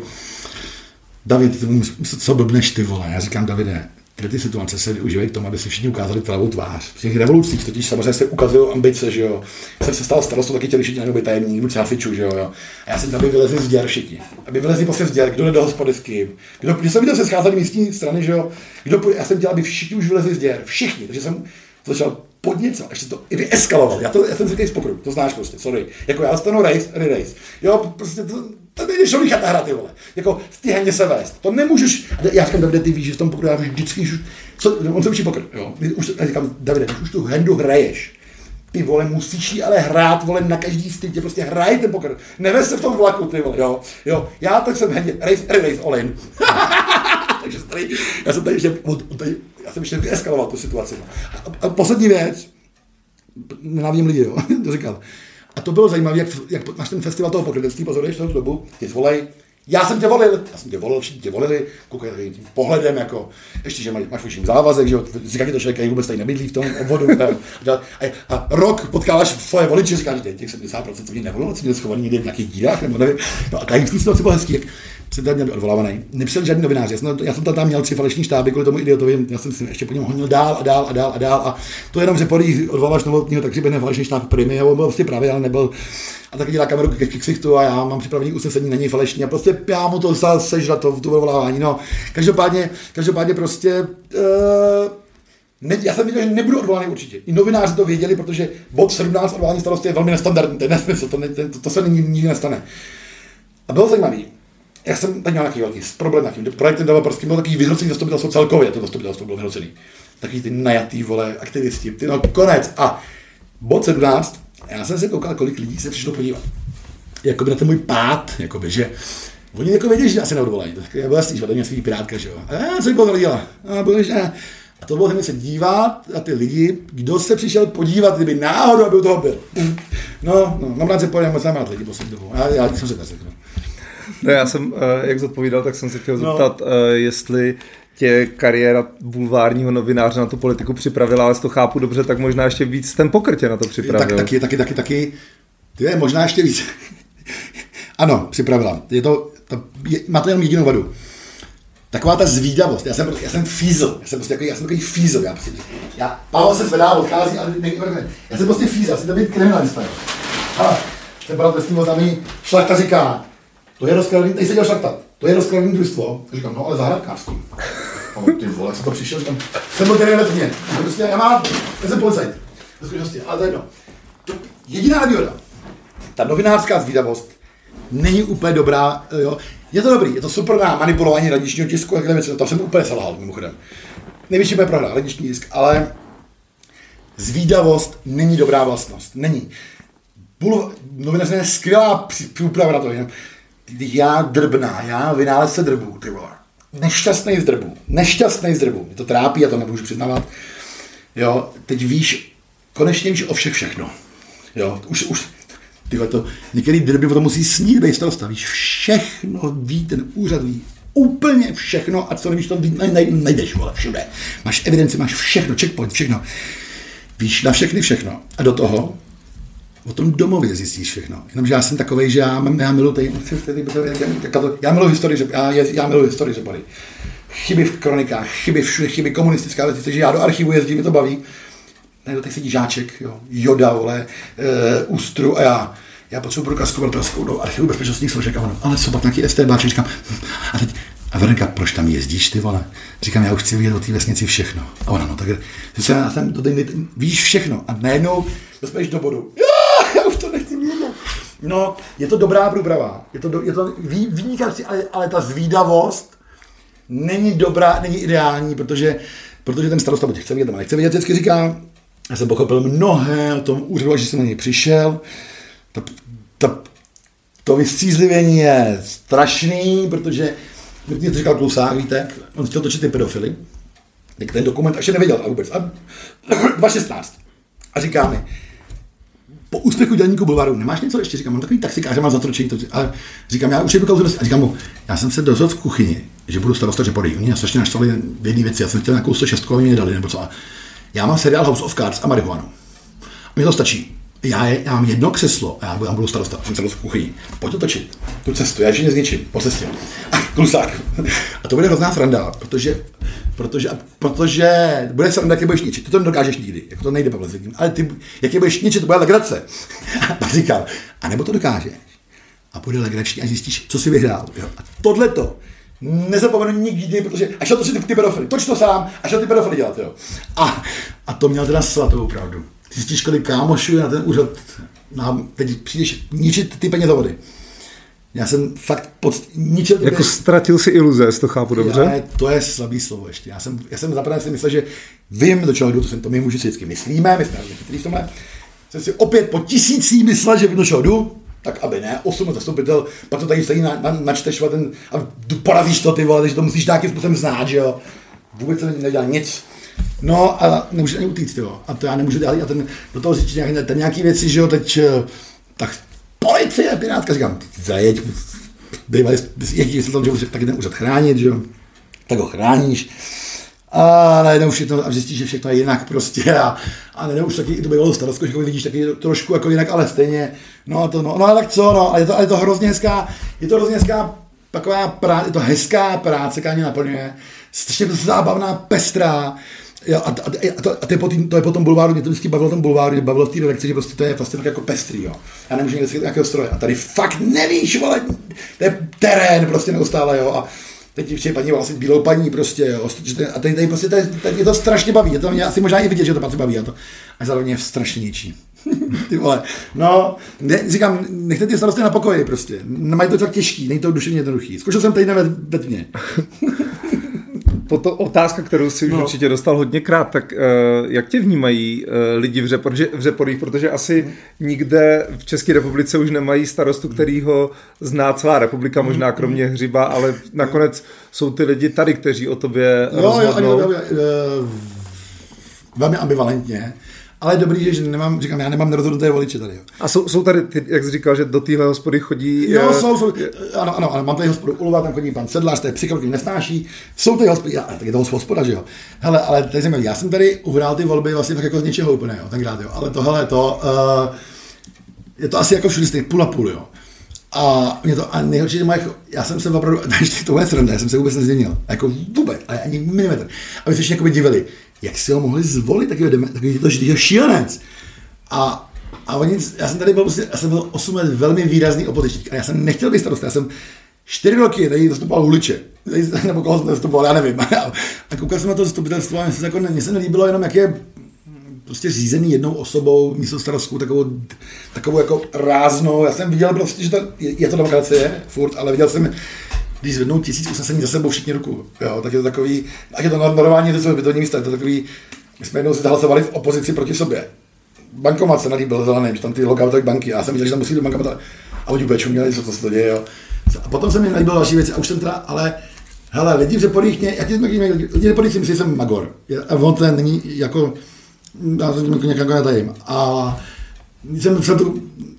Speaker 2: David, co blbneš ty vole, já říkám, Davide, tyhle ty situace se využívají k tomu, aby si všichni ukázali travou tvář. V těch revolucích totiž samozřejmě se ukazují ambice, že jo. Jsem se stal starostou, taky chtěli všichni najednou být tajemník, buď sáfičů, že jo. A já jsem tam, aby vylezli z děr všichni. Aby vylezli prostě z děr, kdo jde do hospody s kým. Kdo, když jsem viděl, se scházeli místní strany, že jo. Kdo, já jsem chtěl, aby všichni už vylezli z děr, všichni. Takže jsem to začal podněcovat, ještě to i vyeskaloval. Já, to, já jsem říkal z pokru, to znáš prostě, sorry. Jako já dostanu race, race. Jo, prostě to, to nejde šolíchat a hra, ty vole. Jako v té hendě se vést. To nemůžeš. Já říkám, Davide, ty víš, že v tom pokru já vždycky, co, on se učí pokr, jo. Už, já říkám, Davide, když už tu hendu hraješ, ty vole, musíš ji ale hrát, vole, na každý stýtě, prostě hraj ten pokr. Nevez se v tom vlaku, ty vole, jo. Jo, já tak jsem v hendě, race, race, all in. Takže tady, já jsem tady ještě, tady, já jsem ještě vyeskaloval tu situaci. A, a poslední věc, nenávidím lidi, jo, to říkal. A to bylo zajímavé, jak, jak máš ten festival toho pokrytectví, pozoruješ toho dobu, tě zvolej, já jsem tě volil, já jsem tě volil, všichni tě volili, koukej tím pohledem, jako, ještě, že máš vším závazek, že jo, říká ti to člověk, který vůbec tady nebydlí v tom obvodu, a, a, a rok potkáváš svoje voliče, říkáš, že těch sedmdesát procent co mě nevolilo, co mě schovaný někde v nějakých dírách, nebo nevím, no a tady v té situaci bylo hezký, jak jsem tady měl odvolávaný, nepřijel žádný novinář, já jsem, já jsem tam měl tři falešní štáby kvůli tomu idiotovi, já jsem si ještě po něm honil dál a dál a dál a dál a to jenom, že podí odvoláváš Novotního, tak přiběhne falešný štáb primy, a on byl prostě právě, ale nebyl. A taky dělá kameru ke ksichtu a já mám připravený usnesení, není falešný a prostě já mu to stál sežrat to v tu odvolávání, no. Každopádně, každopádně prostě, uh, ne, já jsem viděl, že nebudu odvolaný určitě. I novináři to věděli, protože bod sedmnáct odvolání starosty je velmi nestandardní, to je nesmysl, to, ne, to, to se nikdy nestane. A bylo zajímavý. Já jsem tady měl nějaký velký problém, nějakým projektem developerským, byl takový vyhrocený zastupitelstvo celkově, to zastupitelstvo bylo vyhrocený. Takový ty najatý, vole, aktivisti, ty, no konec. A bod sedmnáct, já jsem si koukal, kolik lidí se přišlo podívat. Jakoby na ten můj pád, jakoby, že oni jako vědí, že já se neodvolají. Tak já byl jasný, že ode mě svý pirátka, že jo. A já jsem pověděla. A budeš, a, a to bylo hned se dívat a ty lidi, kdo se přišel podívat, kdyby náhodou, aby u toho byl. No, no, mám rád se pojedem moc nemát lidi poslední dobu. Já, já jsem se tak řekl.
Speaker 1: No, já jsem, jak zodpovídal, tak jsem se chtěl zeptat, no. jestli tě kariéra bulvárního novináře na tu politiku připravila, ale to chápu dobře, tak možná ještě víc ten pokr tě na to připravil.
Speaker 2: Tak, taky, taky, taky, taky, ty je možná ještě víc. Ano, připravila. Je to, to je, má to jenom jedinou vadu. Taková ta zvídavost. Já jsem, já jsem fízl. Já jsem prostě takový, já jsem takový fízl. Já, prostě, já Pavel se zvedá, odchází, ale ne, ne, ne. Já jsem prostě fízl. Já jsem tady kriminalista. A jsem byl trestním oznámení. Šlachta říká, to je rozkladný, tady se dělal šlachta. To je rozkladný družstvo. A říkám, no ale zahrádkářský. No, ty vole, jsem to přišel, říkám, jsem byl ten letně. Prostě já mám, já jsem policajt. Ve skutečnosti, ale to je jedno. Jediná nevýhoda. Ta novinářská zvídavost není úplně dobrá, jo. Je to dobrý, je to super na manipulování radičního tisku, takhle věci, tam jsem úplně selhal, mimochodem. Největší bude prohrát radiční tisk, ale zvídavost není dobrá vlastnost, není. Novinář je skvělá příprava na to, jenom. Já drbná, já vynálezce drbů, ty vole. Nešťastný z drbů, nešťastný z drbů, mě to trápí, já to nemůžu přiznávat. Jo, teď víš, konečně víš o všech všechno. Jo, už, už Tyhle to, některý derby o tom musí snít, bej starosta, víš, všechno ví, ten úřad ví, úplně všechno, a co nevíš, to najdeš, vole, všude. Máš evidenci, máš všechno, checkpoint, všechno. Víš na všechny všechno. A do toho o tom domově zjistíš všechno. Jenomže já jsem takovej, že já, já miluji tady, já miluji historii, já, já miluji historii řepady. Chyby v kronikách, chyby všude, chyby komunistická věci, takže já do archivu jezdím, mě to baví. Najednou tak sedí Žáček, jo, Joda, vole, e, Ústru a já. Já potřebuji průkazku velitelskou do archivu bezpečnostních složek a ono, ale co pak nějaký STBáček, říkám, a teď, a Veronika, proč tam jezdíš, ty vole? Říkám, já už chci vidět o té vesnici všechno. A ona, no tak, já jsem do té, víš všechno a najednou dospěješ do bodu. Já, já už to nechci vidět. No, je to dobrá průprava, je to, do, je to vý, vynikající, ale, ale ta zvídavost není dobrá, není ideální, protože, protože ten starosta chce vidět, ale chce vidět, vždycky říká, já jsem pochopil mnohé o tom úřadu, až jsem na něj přišel. Ta, ta, to vystřízlivění je strašný, protože mě to říkal Klusák, víte, on chtěl točit ty pedofily, tak ten dokument ještě nevěděl a vůbec. A dva tisíce šestnáct. A říká mi, po úspěchu Dělníku bulváru, nemáš něco ještě? Říkám, mám takový taxikář, mám zatročení. A říkám, já už jednu kauzu a říkám mu, já jsem se dozvedl v kuchyni, že budu starosta Řepady. Oni mě strašně naštvali v jedné věci, já jsem chtěl nějakou sto šest, a mě dali, nebo co. Já mám seriál House of Cards a marihuanu. Mně to stačí. Já, je, já mám jedno křeslo a já budu, já budu starosta, jsem starosta v kuchyni. Pojď to točit, tu cestu, já ještě nezničím, po cestě. A Klusák. A to bude hrozná sranda, protože, protože, protože bude sranda, jak je budeš ničit. Ty to nedokážeš nikdy, jako to nejde Pavle s tím, ale ty, jak je budeš ničit, to bude legrace. A pak říkal, a nebo to dokážeš. A bude legrační a zjistíš, co jsi vyhrál. Jo? A tohleto nezapomenu nikdy, protože až to točit ty pedofily, toč to sám, až to ty pedofily dělat. Jo? A, a to měl teda svatou pravdu. Zjistíš, kolik kámošů na ten úřad, no, teď přijdeš ničit ty penězovody. Já jsem fakt pod, ničil ty
Speaker 1: Jako peněz... ztratil si iluze, to chápu dobře?
Speaker 2: Já, to je slabý slovo ještě. Já jsem, já jsem zaprvé si myslel, že vím, do čeho jdu, to, jsem, to my muži si vždycky myslíme, my jsme v tomhle. Jsem si opět po tisící myslel, že vím, do čeho jdu, tak aby ne, osm zastupitel, pak to tady stejně na, na, načteš ten, a porazíš to, ty vole, takže to musíš nějakým způsobem znát, že jo. Vůbec se nedělá nic. No a nemůžu ani utíct, jo. A to já nemůžu dělat, a ten, do toho říct nějaký, ten nějaký věci, že jo, teď, tak policie, pirátka, říkám, zajeď, bývali, jaký se tam, že už taky ten úřad chránit, že jo, tak ho chráníš. A najednou všechno, a zjistíš, že všechno je jinak prostě a, a najednou už taky i to bývalo starostko, že vidíš taky trošku jako jinak, ale stejně, no a to, no, no a tak co, no, a je to, a je to hrozně hezká, je to hrozně hezká, taková práce, je to hezká práce, která mě naplňuje, strašně zábavná, pestrá. Jo, a, a, a, to, a to, je po tým, to je po tom bulváru, mě to vždycky bavilo tom bulváru, mě bavilo v té redakci, že prostě to je vlastně tak jako pestrý, jo. Já nemůžu někde nějakého stroje. A tady fakt nevíš, vole, to je terén prostě neustále, jo. A teď přijde paní vlastně bílou paní prostě, jo. A tady, tady prostě, tady, tady mě to strašně baví, je to mě asi možná i vidět, že to pak baví, a to a zároveň je strašně ničí. Ty vole, no, ne, říkám, nechte ty starosty na pokoji prostě, nemají to tak těžký, není to duševně jednoduchý. Zkoušel jsem týden ve, ve tmě.
Speaker 1: Potom otázka, kterou si už no. určitě dostal hodněkrát, tak uh, jak tě vnímají uh, lidi v, Řepor, v Řeporích, protože asi hmm. nikde v České republice už nemají starostu, kterýho zná celá republika, možná kromě Hřiba, ale nakonec jsou ty lidi tady, kteří o tobě
Speaker 2: jo,
Speaker 1: rozhodnou.
Speaker 2: Jo, jo, jo, jo, velmi ambivalentně. Ale dobrý, že nemám, říkám, já nemám nerozhodnuté voliče tady. Jo.
Speaker 1: A jsou, jsou tady, ty, jak jsi říkal, že do téhle hospody chodí...
Speaker 2: Jo, jsou, jsou, ano, ano, ano, mám tady hospodu Ulova, tam chodí pan Sedlář, to je psycholog, který nesnáší. Jsou tady hospody, já, tak je to hospoda, že jo. Hele, ale tady jsem, já jsem tady uhrál ty volby vlastně tak jako z něčeho úplně, jo, tenkrát, jo. Ale tohle, to, uh, je to asi jako všude stejný, půl a půl, jo. A mě to, a nejhorší, moje, já jsem se opravdu, ještě to je sranda, já jsem se vůbec nezměnil, jako vůbec, ale ani milimetr. A my se jako divili, jak si ho mohli zvolit, takový, takový to šílenec. A, a oni, já jsem tady byl, já jsem byl osm let velmi výrazný opozičník a já jsem nechtěl být starosta, já jsem čtyři roky tady zastupoval Huliče, nebo koho jsem zastupoval, já nevím. A koukal jsem na to zastupitelstvo a mně se, jako, mně se nelíbilo jenom, jak je prostě řízený jednou osobou, místo starostkou, takovou, takovou jako ráznou. Já jsem viděl prostě, že to, je, je to demokracie, furt, ale viděl jsem, když zvednou tisíc usnesení za sebou všichni ruku, jo, tak je to takový, tak je to normální, to jsou bytovní místa, je to takový, my jsme jednou si zahlasovali v opozici proti sobě. Bankomat se nadíbil zeleným, že tam ty logoutové banky, a já jsem viděl, že tam musí do bankomata, a oni úplně čuměli, co to se to děje, jo. A potom se mi nadíbil další věci, a už jsem teda, ale, hele, lidi v Řeporích, já ti lidi v Řeporích si myslí, že jsem magor, a on to není jako, já to nějak jako netajím. A jsem se tu,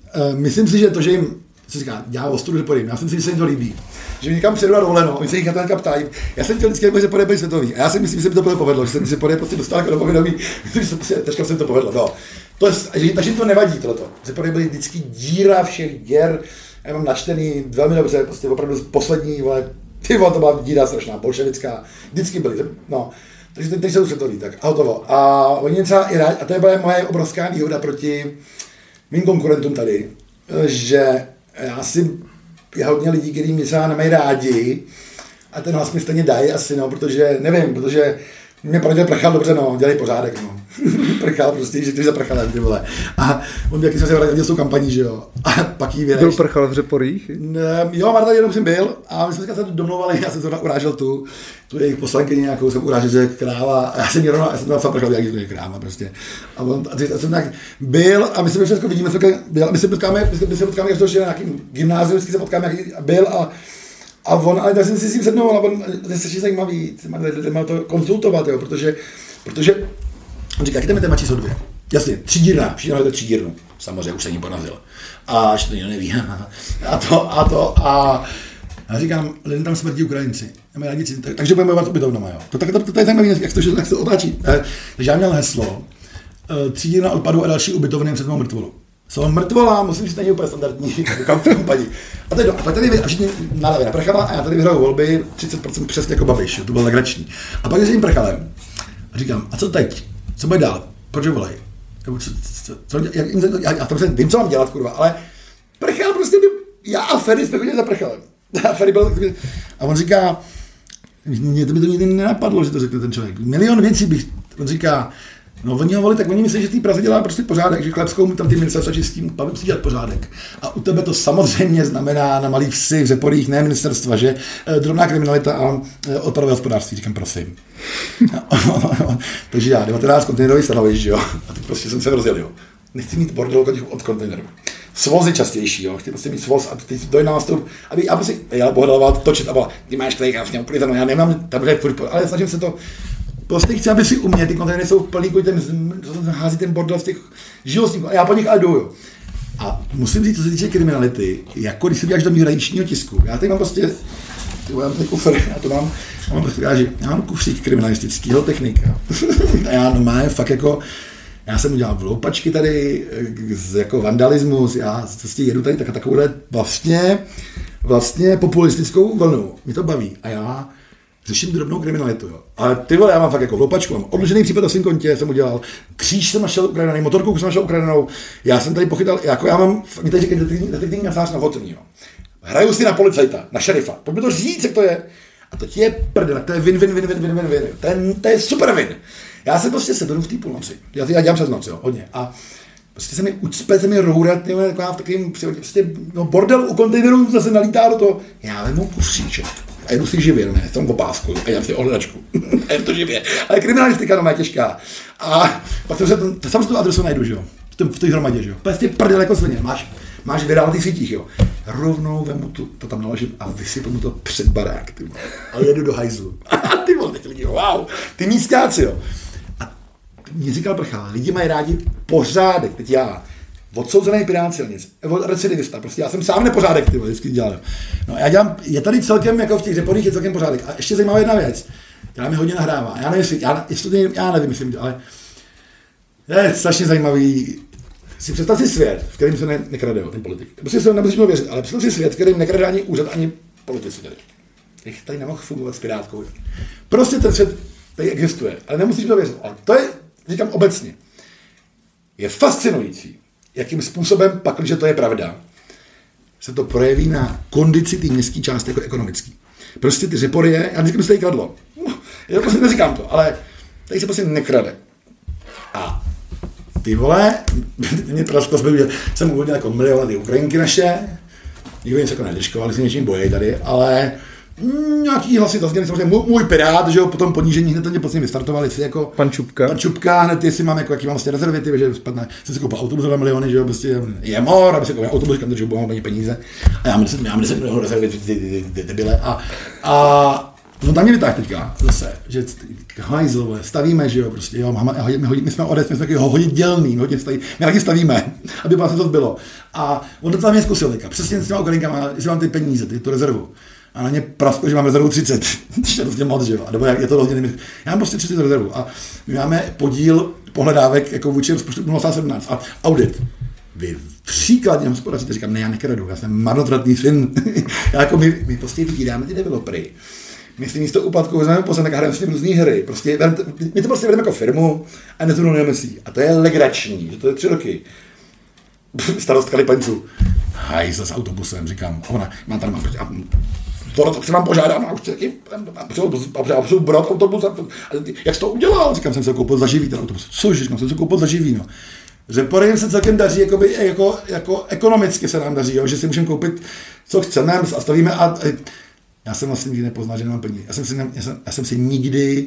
Speaker 2: Uh, myslím si, že to, že jim, co říká, dělá ostudu Řepory, já si myslím, že se jim to líbí. Že někam přijedu na dovolenou, oni se jich na to hnedka ptají. Já jsem chtěl vždycky, aby Řepory byli světový. A já si myslím, že se mi to povedlo, že jsem Řepory prostě dostal jako do povědomí, teďka se mi to povedlo. No. To je, takže to nevadí tohleto. Řepory byly vždycky díra všech děr. Já mám načtený velmi dobře, prostě opravdu poslední, vole, ty vole, to byla díra strašná, bolševická, vždycky byly, no. Takže teď, teď jsou světoví, tak a hotovo. A oni třeba i rádi, a to je byla moje obrovská výhoda proti mým konkurentům tady, že já si, já hodně lidí, kteří mě třeba nemají rádi, a ten hlas mi stejně dají asi, no, protože, nevím, protože mě poradil Prchal, dobře, no, dělej pořádek, no. Prchal prostě, že ty za Prchalem, ty vole. A on jaký jsme se vrátili s tou kampaní, že jo. A pak jí vědeš.
Speaker 1: Byl Prchal v Řeporích?
Speaker 2: Jo, Marta, jenom jsem byl a my jsme se domlouvali, já jsem to urážel tu, tu jejich poslankyni nějakou, jsem urážel, že je kráva, a já jsem měl rovna, já jsem to napsal Prchal, jak je kráva prostě. A, on, a, a jsem tak byl a my se všechno vidíme, my se potkáme, my se potkáme, až to ještě na nějakým gymnáziu, vždycky se potkáme, jaký byl a A on, ale tak jsem si s tím sednul, a on, to je strašně zajímavý, má to konzultovat, jo, protože, protože, on říká, jaký tam je téma číslo dvě? Jasně, třídírna, všichni máte třídírnu, samozřejmě, už se ní porazil. A že to nikdo neví, a to, a to, a já říkám, lidem tam smrtí Ukrajinci, tak, takže budeme bojovat ubytovnama, jo. To, to, to, to je zajímavý, jak to, jak to otáčí. Takže já měl heslo, třídírna odpadu a další ubytovny před mou mrtvolu. Jsou mrtvola, musím říct, není úplně standardní kampaní. A teď a tady všichni náleví na Prchala a já tady vyhraju volby třicet procent přesně jako Babiš, to bylo legrační. A pak jsem Prchalem a říkám, a co teď? Co bude dál? Proč ho volej? Co, co, co, jak, já, já tam se vím, co mám dělat, kurva, ale Prchal prostě by, já a Ferry jsme chodili za Prchalem. A Ferry byl, a on říká, mě to by to nikdy nenapadlo, že to řekne ten člověk. Milion věcí bych, on říká, no oni ho volí, tak oni myslí, že tý Praze dělá prostě pořádek, že Chlebskou tam ty ministerstva čistí, Pavel musí dělat pořádek. A u tebe to samozřejmě znamená na malých vsi, v Řeporích, ne ministerstva, že drobná kriminalita a odpadové hospodářství, říkám prosím. Takže já, devatenáct kontejnerových stanovišť, jo, a teď prostě jsem se rozjel, jo. Nechci mít bordel od kontejnerů. Svozy častější, jo, chci prostě mít svoz a teď dojde nástup, aby já prostě, já bohdaloval točit a byla, ty máš tady krásně uklizeno, já nemám tam furt, ale snažím se to. Prostě chci, aby si u mě, ty kontejnery jsou plný, ten, hází ten bordel z těch živostníků, a já po nich ale jdu, jo. A musím říct, co se týče kriminality, jako když se díváš do mého radičního tisku, já tady mám prostě, já mám tady kufr, já to mám, já mám prostě ráži, já mám kufřík kriminalistického technika. A já no má fakt jako, já jsem udělal vloupačky tady, jako vandalismus, já prostě jedu tady tak, takovouhle vlastně, vlastně populistickou vlnu, mě to baví a já řeším drobnou kriminalitu, jo. Ale ty vole, já mám fakt jako vloupačku, mám odložený případ na svém kontě, jsem udělal, kříž jsem našel ukradený, motorku jsem našel ukradenou, já jsem tady pochytal, jako já mám, mě tady říkají detektivní kancelář na Hotný, jo. Hraju si na policajta, na šerifa, pojďme to říct, jak to je. A to ti je prdel, to je win, win, win, win, win, win, win. To je, to je super win. Já se prostě seberu v té půlnoci, já, já dělám přes noc, jo, hodně. A prostě se mi ucpe, se mi rourat, jo, taková v takovým, prostě, no, bordel u kontejnerů zase nalítá do toho. Já vemu kufříček. A jedu si živě, ne, jsem v opásku a já si ohledačku. A je to živě. Ale kriminalistika no, má těžká. A pak se to, sam si tu adresu najdu, že jo. V té hromadě, že jo. Prostě prdel jako svině. Máš, máš vydál na těch sítích, jo. Rovnou vemu tu, to tam naložím a vysypu mu to před barák, ty vole. A jedu do hajzlu. A ty vole, teď lidi, wow, ty místňáci, jo. A mě říkal Prchal, lidi mají rádi pořádek, teď já. Odsouzený pirát silnic, recidivista, prostě já jsem sám nepořádek, ty vole, vždycky dělal. No já dělám, je tady celkem, jako v těch Řeporích je celkem pořádek. A ještě zajímavá jedna věc, která mi hodně nahrává. Já nevím, jestli, já, jestli, já nevím, myslím, ale je strašně zajímavý. Si představ si svět, v kterém se ne, nekrade, ten politik. Prostě se nemusíš věřit, ale představ si svět, v kterém nekrade ani úřad, ani politici tady. Jak tady nemohl fungovat s pirátkou. Prostě ten svět tady existuje, ale nemusíš to věřit. Ale to je, říkám obecně, je fascinující, jakým způsobem, pak, když to je pravda, se to projeví na kondici té městské části jako ekonomický. Prostě ty Řepory je, já neříkám, že se tady kradlo. Já prostě neříkám to, ale tady se prostě nekrade. A ty vole, mě prasklo jsme, že jsem uvodil jako miliony Ukrajinky naše, nikdo nic jako nedržkovali, si něčím bojí tady, ale mm, nějaký hlasy zazděný, samozřejmě můj, můj pirát, že jo, potom ponížení, hned to mě posledně vystartovali, si jako
Speaker 1: pan Čupka.
Speaker 2: Pan Čupka, hned jestli mám jako, jaký mám vlastně rezervy, ty, že spadne, jsem si koupil autobus za miliony, že jo, prostě je mor, aby si koupil autobus, kam to, že budou mít peníze, a já mám deset milionů rezervy, ty debile, a, a No tam mě vytáhl teďka zase, že hajzl, stavíme, že jo, prostě, jo, máme, my, hodí, my jsme odec, my jsme taky hodně dělný, my hodně stavíme, my taky stavíme, aby vás to bylo. A on to tam mě zkusil teďka, přesně s těma okalinkama, jestli mám ty peníze, ty, tu rezervu. A na ně prasklo, že mám rezervu třicet, to je prostě moc, že jo, a nebo jak je to hodně, já mám prostě třicet rezervu a my máme podíl pohledávek jako vůči rozpočtu nula celá sedmnáct a audit. Vy příkladně hospodaříte, říkám, ne, já nekradu, já jsem marnotratný syn, já jako my, my prostě vydíráme ty developery. My si místo úplatku vezmeme pozemek a hrajeme s ním různý hry. Prostě, my to prostě vedeme jako firmu a nezvonujeme si. A to je legrační, že to je tři roky. Starostka Lipenců. Hajzl s autobusem, říkám. A ona, má tam, a tohle to se vám požádám, a už taky, a přijel brát autobus. A, jak jsi to udělal? Říkám, jsem se koupil za živý ten autobus. Což, říkám, jsem se koupil za živý, no. Že se celkem daří, jakoby, jako, jako ekonomicky se nám daří, jo? Že si můžeme koupit, co chceme a stavíme a já jsem vlastně nikdy nepoznal, že nemám peníze. Já jsem si, já jsem, já jsem si nikdy,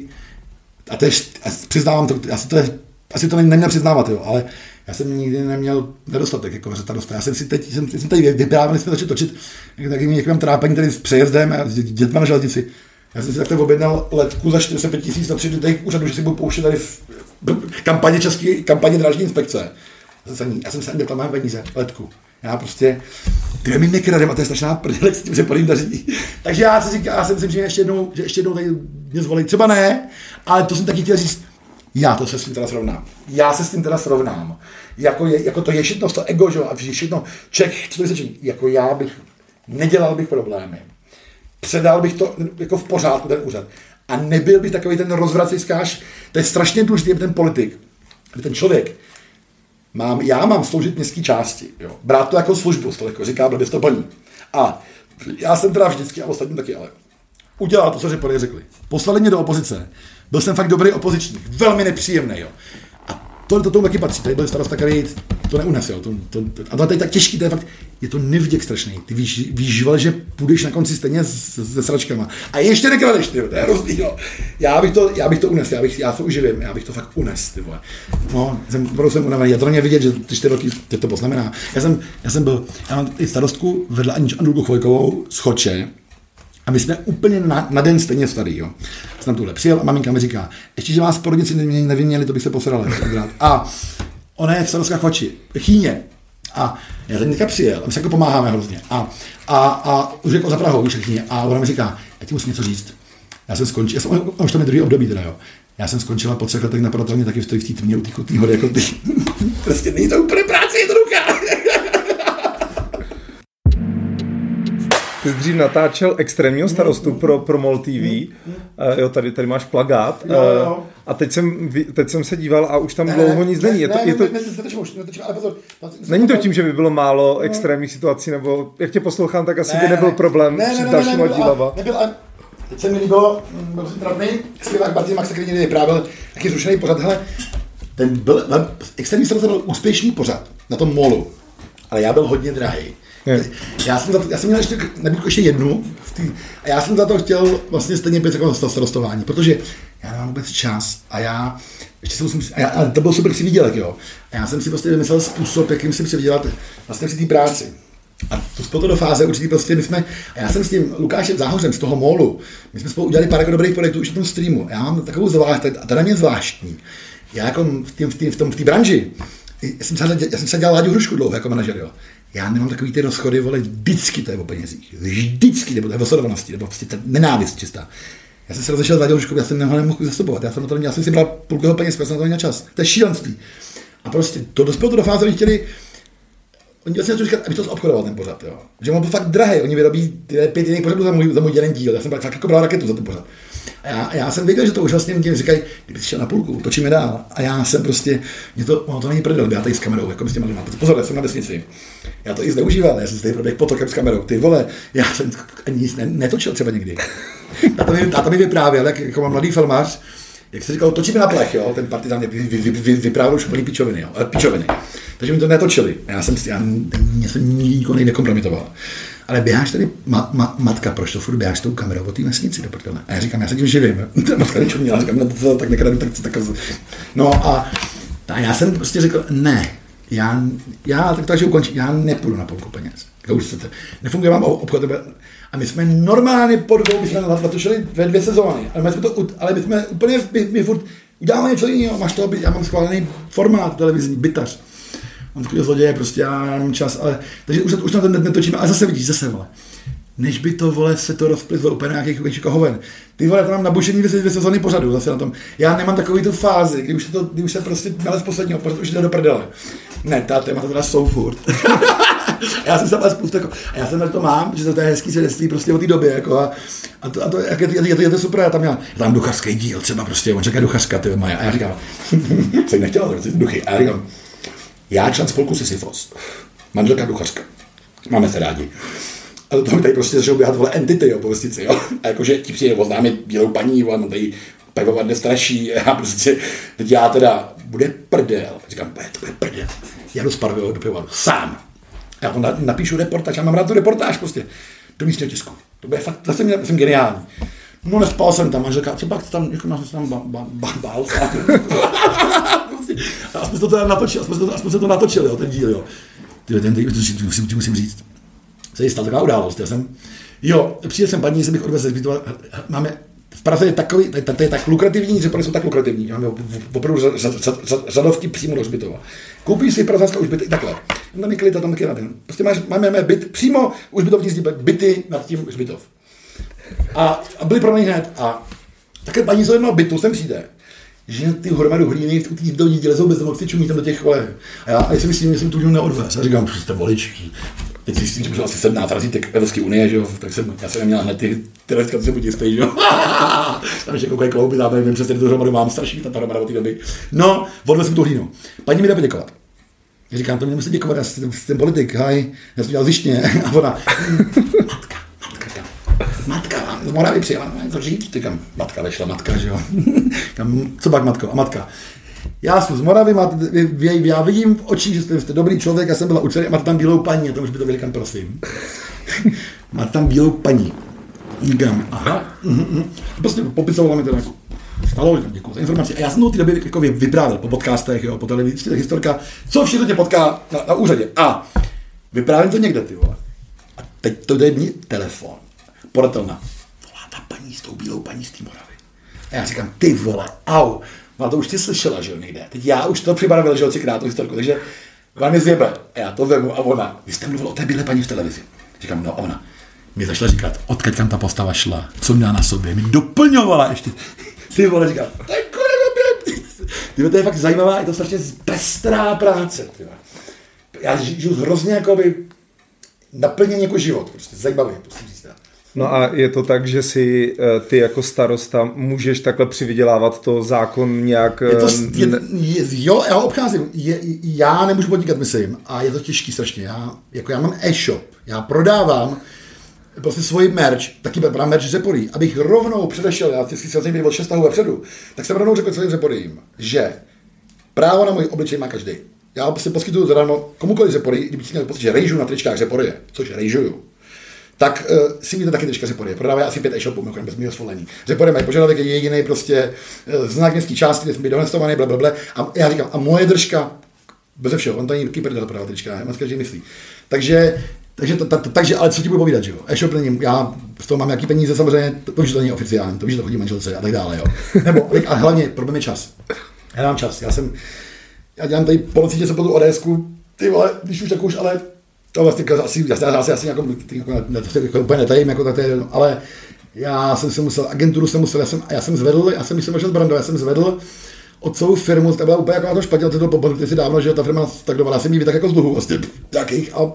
Speaker 2: a to je, přiznávám to, asi to, je, asi to neměl přiznávat, jo, ale já jsem nikdy neměl nedostatek, jako řetadost. Já jsem si teď, jsem, jsem tady vyprávěl, jsme začali točit takovým někým trápení tady s přejezdem a s dětma na železnici. Já jsem si takhle objednal letku za čtyřicet pět tisíc na tři dny úřadu, že si budu pouštět tady v kampaně české, kampaně drážní inspekce. Já jsem se, já jsem se ani mám peníze, letku. Já prostě, ty mi nekradem a to je strašná prdele, s tím se podím daří. Takže já si říkám, já si myslím, že ještě jednou, že ještě jednou tady mě zvolí, třeba ne, ale to jsem taky chtěl říct, já to se s tím teda srovnám. Já se s tím teda srovnám. Jako, je, jako to je všechno to ego, že? A všechno, Čech, co to vysvědčení, jako já bych, nedělal bych problémy. Předal bych to jako v pořádku, ten úřad. A nebyl bych takový ten rozvracejskář, to je strašně důležitý, aby ten politik, aby ten člověk, Mám, já mám sloužit městské části, jo. Brát to jako službu, to jako říká blbě to plní. A já jsem teda vždycky, a ostatní taky, ale udělal to, co řekli, řekli. Poslali mě do opozice. Byl jsem fakt dobrý opozičník, velmi nepříjemný, jo. A to, to tomu taky patří, tady byl starosta, který to neunes, jo. To, to, to, a to je tak těžký, to je fakt, je to nevděk strašný. Ty víš, víš, že půjdeš na konci stejně se sračkama. A ještě nekradeš, ty, to je rozdíl, jo. Já bych to, já bych to unes, já bych, já to uživím, já bych to fakt unes, ty vole. No, jsem, jsem unavený, já to mě vidět, že ty čtyři roky, teď to poznamená. Já jsem, já jsem byl, já mám i starostku vedla Aničku Andulku Chvojkovou z Choče. A my jsme úplně na, na den stejně starý, jo. Jsem tam tuhle přijel a maminka mi říká, ještě, že vás porodnici nevyměnili, to bych se posral. A ona je v starostka Choči, Chýně. A já jsem teďka přijel, a my se jako pomáháme hrozně. A, a, a už jako za Prahou, už Chýně. A ona mi říká, já ti musím něco říct. Já jsem skončil, já jsem, už tam je druhý období teda, jo. Já jsem skončila po třech letech na poradatelně taky v té tmě u té Kutné Hory jako ty. Prostě není to úplně práce, je to ruka.
Speaker 1: Ty jsi dřív natáčel extrémního starostu pro, pro MOL T V. Uh, jo, tady, tady máš plagát.
Speaker 2: Jo, jo.
Speaker 1: Uh, a teď jsem, teď jsem se díval a už tam ne, dlouho nic ne, není. Je to,
Speaker 2: ne,
Speaker 1: je to,
Speaker 2: ne, ne, ne, ne, ale pozor,
Speaker 1: není to tím, že by bylo málo extrémních situací, nebo jak tě poslouchám, tak asi
Speaker 2: ne,
Speaker 1: by nebyl problém
Speaker 2: ne,
Speaker 1: při
Speaker 2: ne,
Speaker 1: dalšíma
Speaker 2: ne, ne,
Speaker 1: dílava.
Speaker 2: Nebyl, ale teď se mi líbilo, byl jsem trapný, zpěvák Martin Max, který někdy vyprávěl, taky zrušený pořad, hele, ten byl, extrémní starosta byl úspěšný pořad na tom MOLu, ale já byl hodně drahý. Já jsem, to, já jsem měl ještě nabídku ještě jednu tý, a já jsem za to chtěl vlastně stejně být jako starostování, protože já nemám vůbec čas a já ještě si musím, a, já, a to byl super si výdělek, jo. A já jsem si prostě vymyslel způsob, jakým si přivydělat vlastně při té práci. A to spolu to do fáze určitý prostě my jsme, a já jsem s tím Lukášem Záhořem z toho MOLu, my jsme spolu udělali pár jako dobrých projektů už na tom streamu. Já mám takovou zvláštní, a teda mě zvláštní. Já jako v té v v v branži, já jsem, třeba, já jsem se dělal Láďu Hrušku dlouho jako manažer, jo. Já nemám takový ty rozchody, vole, vždycky to je o penězích. Vždycky, nebo to je o sledovanosti, nebo prostě ta nenávist čistá. Já jsem se rozešel s Láďou Hruškou, já jsem ho nemohl zastupovat. Já jsem, to, já jsem si bral půlku jeho peněz, já jsem na to neměl čas. To je šílenství. A prostě to dospělo to do fáze, oni chtěli, oni vlastně chtěli říkat, aby to obchodoval ten pořad, jo. Že on byl fakt drahý, oni vyrobí pět jiných pořadů za můj, za můj jeden díl. Já jsem fakt jako bral raketu za ten pořad. A já, a já jsem věděl, že to už vlastně tím říkají, kdyby jsi šel na půlku, točíme dál. A já jsem prostě, mě to, ono to není prdel, já tady s kamerou, jako s těma lidma. Pozor, já jsem na vesnici. Já to i zneužíval, já jsem si tady proběhl potokem s kamerou. Ty vole, já jsem ani nic netočil třeba někdy. Táta mi, táta mi vyprávěl, jak jako mám mladý filmář, jak se říkal, točíme na plech, jo, ten partizán vy, vy, vy, vy, vyprávěl už plný pičoviny, jo, pičoviny. Takže mi to netočili. Já jsem, já, já jsem nikdo nekompromitoval. Ale běháš tady, ma, ma, matka, proč to furt běháš s tou kamerou o té vesnici do prdele? A já říkám, já se tím živím. Ta matka něčo měla, říkám, no to tak nekradu, tak, tak, no a, a já jsem prostě řekl, ne, Já, já tak to, že ukončím, já nepůjdu na půlku peněz. Už se to, nefunguje vám obchod. A my jsme normálně po dvou, my jsme natočili ve dvě sezóny, ale my jsme, to, ale my jsme úplně, my, my furt uděláme něco jiného, máš to, já mám schválený formát televizní, bytař. Mám takový zloděje, prostě já nemám čas, ale, takže už, už na to netočíme, ale zase vidíš, zase, vole. Než by to, vole, se to rozplizlo úplně nějakých kohoven. Ty, vole, to mám nabušený dvě sezóny pořadu, zase na tom. Já nemám takový tu fázi, kdy už se to, kdy už se prostě nalez posledního, pořadu už jde do prdele. Ne, ta témata teda jsou furt. Já jsem se ale spoustu, jako, a já jsem na to mám, že to je hezký svědectví prostě o té době, jako, a, a, to, a to, jak je, je, to, je to super, já tam měl, já tam duchařský díl, třeba prostě, on čeká duchařka, ty Maja, a já říkám, jsem nechtěla, to je duchy, a já říkám, já člen spolku Sisyfos, manželka duchařka, máme se rádi. A do toho tady prostě začnou běhat, vole, entity, jo, po vestici, jo, a jakože ti přijde oznámit bílou paní, vole, no tady pivovat nestraší, a prostě, teď já teda, bude prdel, říkám, to bude prdel, já jdu z Parvého do pivovaru, sám. Já to napíšu reportáž, já mám rád tu reportáž prostě, do místního tisku. To bude fakt, zase mě, jsem geniální. No nespal jsem tam, manželka, co pak tam, jako nás tam ba, ba, ba, bál. A aspoň to teda natočil, aspoň, to, aspoň se to natočil, jo, ten díl, jo. Ty, ten, ten, ten, musím, musím říct. Se stala taková událost, já jsem, jo, přijel jsem paní, jsem bych odvezl, máme, v Praze je takový, to je tak lukrativní, že jsou tak lukrativní, máme opravdu řadovky přímo do hřbitova. Koupíš si pražská už byty, takhle, tam je klid a tam taky na ten. Prostě máš, máme byt přímo u hřbitovní zdi, byty nad tím hřbitov. A, a byly pro mě hned a také paní z jednoho bytu sem přijde, že ty hromadu hlíny v té dolní díle jsou bezdomovci, čumí tam do těch vole. A já, a já si myslím, že jsem tu dílu neodvez. A říkám, že jste voličí. Teď si myslím, že byl asi sedmnáct razítek Evropské unie, že jo, tak jsem, já jsem neměl hned ty, ty razítka, to se buď jistý, že jo. Tam ještě koukají klouby, tam nevím přesně, tu hromadu mám strašný, ta hromada od té doby. No, odvez jsem tu hlínu. Paní mi dá poděkovat. Já říkám, to mě nemusí děkovat, já jsem ten politik, haj, já jsem dělal zjištně. A ona, matka, matka, matka, z Moravy přijela, to žít, říkám, matka vešla, matka, že jo. Říkám, co pak matko? A matka. Já jsem z Moravy, máte, já vidím v očích, že jste, jste dobrý člověk, já jsem byla učený a máte tam bílou paní, a to už by to říkám, prosím. Máte tam bílou paní. Říkám, aha. Mm-hmm. Prostě popisovala mi to jako stalo, děkuji za informaci. A já jsem to v té době jako vyprávěl po podcastech, jo, po televizi, ta historka, co všechno tě potká na, na úřadě. A vyprávím to někde, ty vole. A teď to jde mi telefon. Podatelna. Volá ta paní s tou bílou paní z té Moravy. A já říkám, ty vole, au. Ona to už ti slyšela, že jo, někde. Teď já už to přibarvil, že jo, třikrát tu historku, takže vám je zjebe. A já to vemu a ona, vy jste mluvil o té bílé paní v televizi. Říkám, no ona. Mi začala říkat, odkud tam ta postava šla, co měla na sobě, mi doplňovala ještě. Ty vole, říkám, to je kurva, ty to je fakt zajímavá, je to strašně pestrá práce. Tyhle. Já žiju hrozně jakoby naplněný jako život, prostě zajímavý, prostě říct.
Speaker 1: No a je to tak, že si ty jako starosta můžeš takhle přivydělávat to zákon nějak...
Speaker 2: Je to, je, je, jo, já ho obcházím. Je, já nemůžu podnikat, myslím, a je to těžký strašně. Já, jako já mám e-shop, já prodávám prostě svůj merch, taky mám merch Řeporí, abych rovnou předešel, já vždycky jsem byl od šest tahů vepředu, tak jsem rovnou řekl celým Řeporím, že právo na můj obličej má každý. Já si poskytuju zadarmo komukoliv Řeporí, kdyby si měl pocit, že rejžu na tričkách Řeporie, což rejžuju. Tak uh, si víte taky trička Řeporie. Prodávají asi pět e-shopů, mimochodem bez mého svolení. Řeporie mají požadavek, je jediný prostě uh, znak městské části, kde jsme byli dohonestovaný, blablabla. A já říkám, a moje držka, beze všeho, on to ani Kyper dal prodává trička, moc každý myslí. Takže, takže, ta, ta, ta, takže, ale co ti budu povídat, že jo? E-shop není, já z toho mám nějaký peníze, samozřejmě, to, to už to není oficiální, to už to chodí manželce a tak dále, jo. Nebo, a hlavně, problém je čas. Já mám čas, já jsem, já dělám tady policítě se po tu ODSku, ty vole, když už tak už, ale to vlastně asi, já asi, asi jako, jako, jako úplně netajím, jako tak to je, ale já jsem si musel, agenturu jsem musel, já jsem, já jsem zvedl, já jsem myslím, že z Brandova, já jsem zvedl od celou firmu, ta byla úplně jako na to špatně, to bylo pobalili si dávno, že ta firma tak dovala, já jsem jí vytak jako z dluhu, vlastně, nějakých, a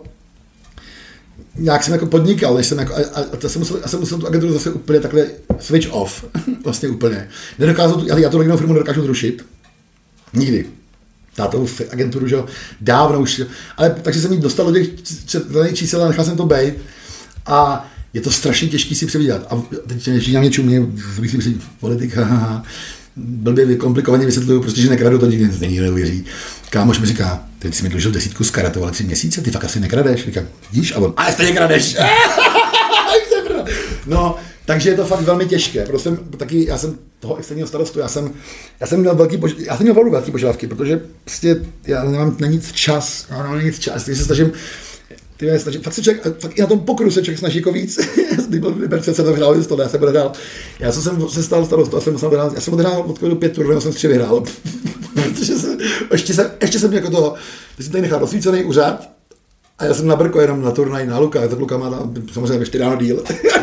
Speaker 2: nějak jsem jako podnikal, než jsem jako, a, a, a jsem musel, já jsem musel tu agenturu zase úplně takhle switch off, vlastně úplně. Nedokázal, já, já tu rodinnou firmu nedokážu zrušit, nikdy. Tátovou agenturu, že jo, dávno už, ale takže jsem jí dostal do těch čísel a nechal jsem to bejt a je to strašně těžký si převídat. A teď ještě na mě čumě, myslím si, politika, blbě komplikovaně vysvětluju, prostě, že nekradu, to nikdy není neuvěří. Kámoš mi říká, teď jsi mi dlužil desítku z karetou, ale tři měsíce, ty fakt asi nekradeš. Říkám, vidíš? A on, ale stejně kradeš. No, Takže je to fakt velmi těžké. Prostě taky, já jsem toho externího starostu, já jsem, já jsem měl velký, pož... já jsem měl velký, velký požadavky, protože prostě já nemám na nic čas, já nemám na nic čas, takže se snažím, ty snažím, fakt se člověk, fakt i na tom pokru se člověk snaží jako víc, ty byl Liberce se to vyhrál, to já jsem odehrál, já jsem se stal starostu, já jsem musel vyhrát, já jsem odehrál od do pět turnajů, jsem tři vyhrál, protože jsem, ještě jsem, ještě jsem jako toho, teď jsem tady nechal rozsvícený úřad, a já jsem na Brko jenom na turnaj na Luka, tak Luka má tam samozřejmě ve čtyři ráno díl.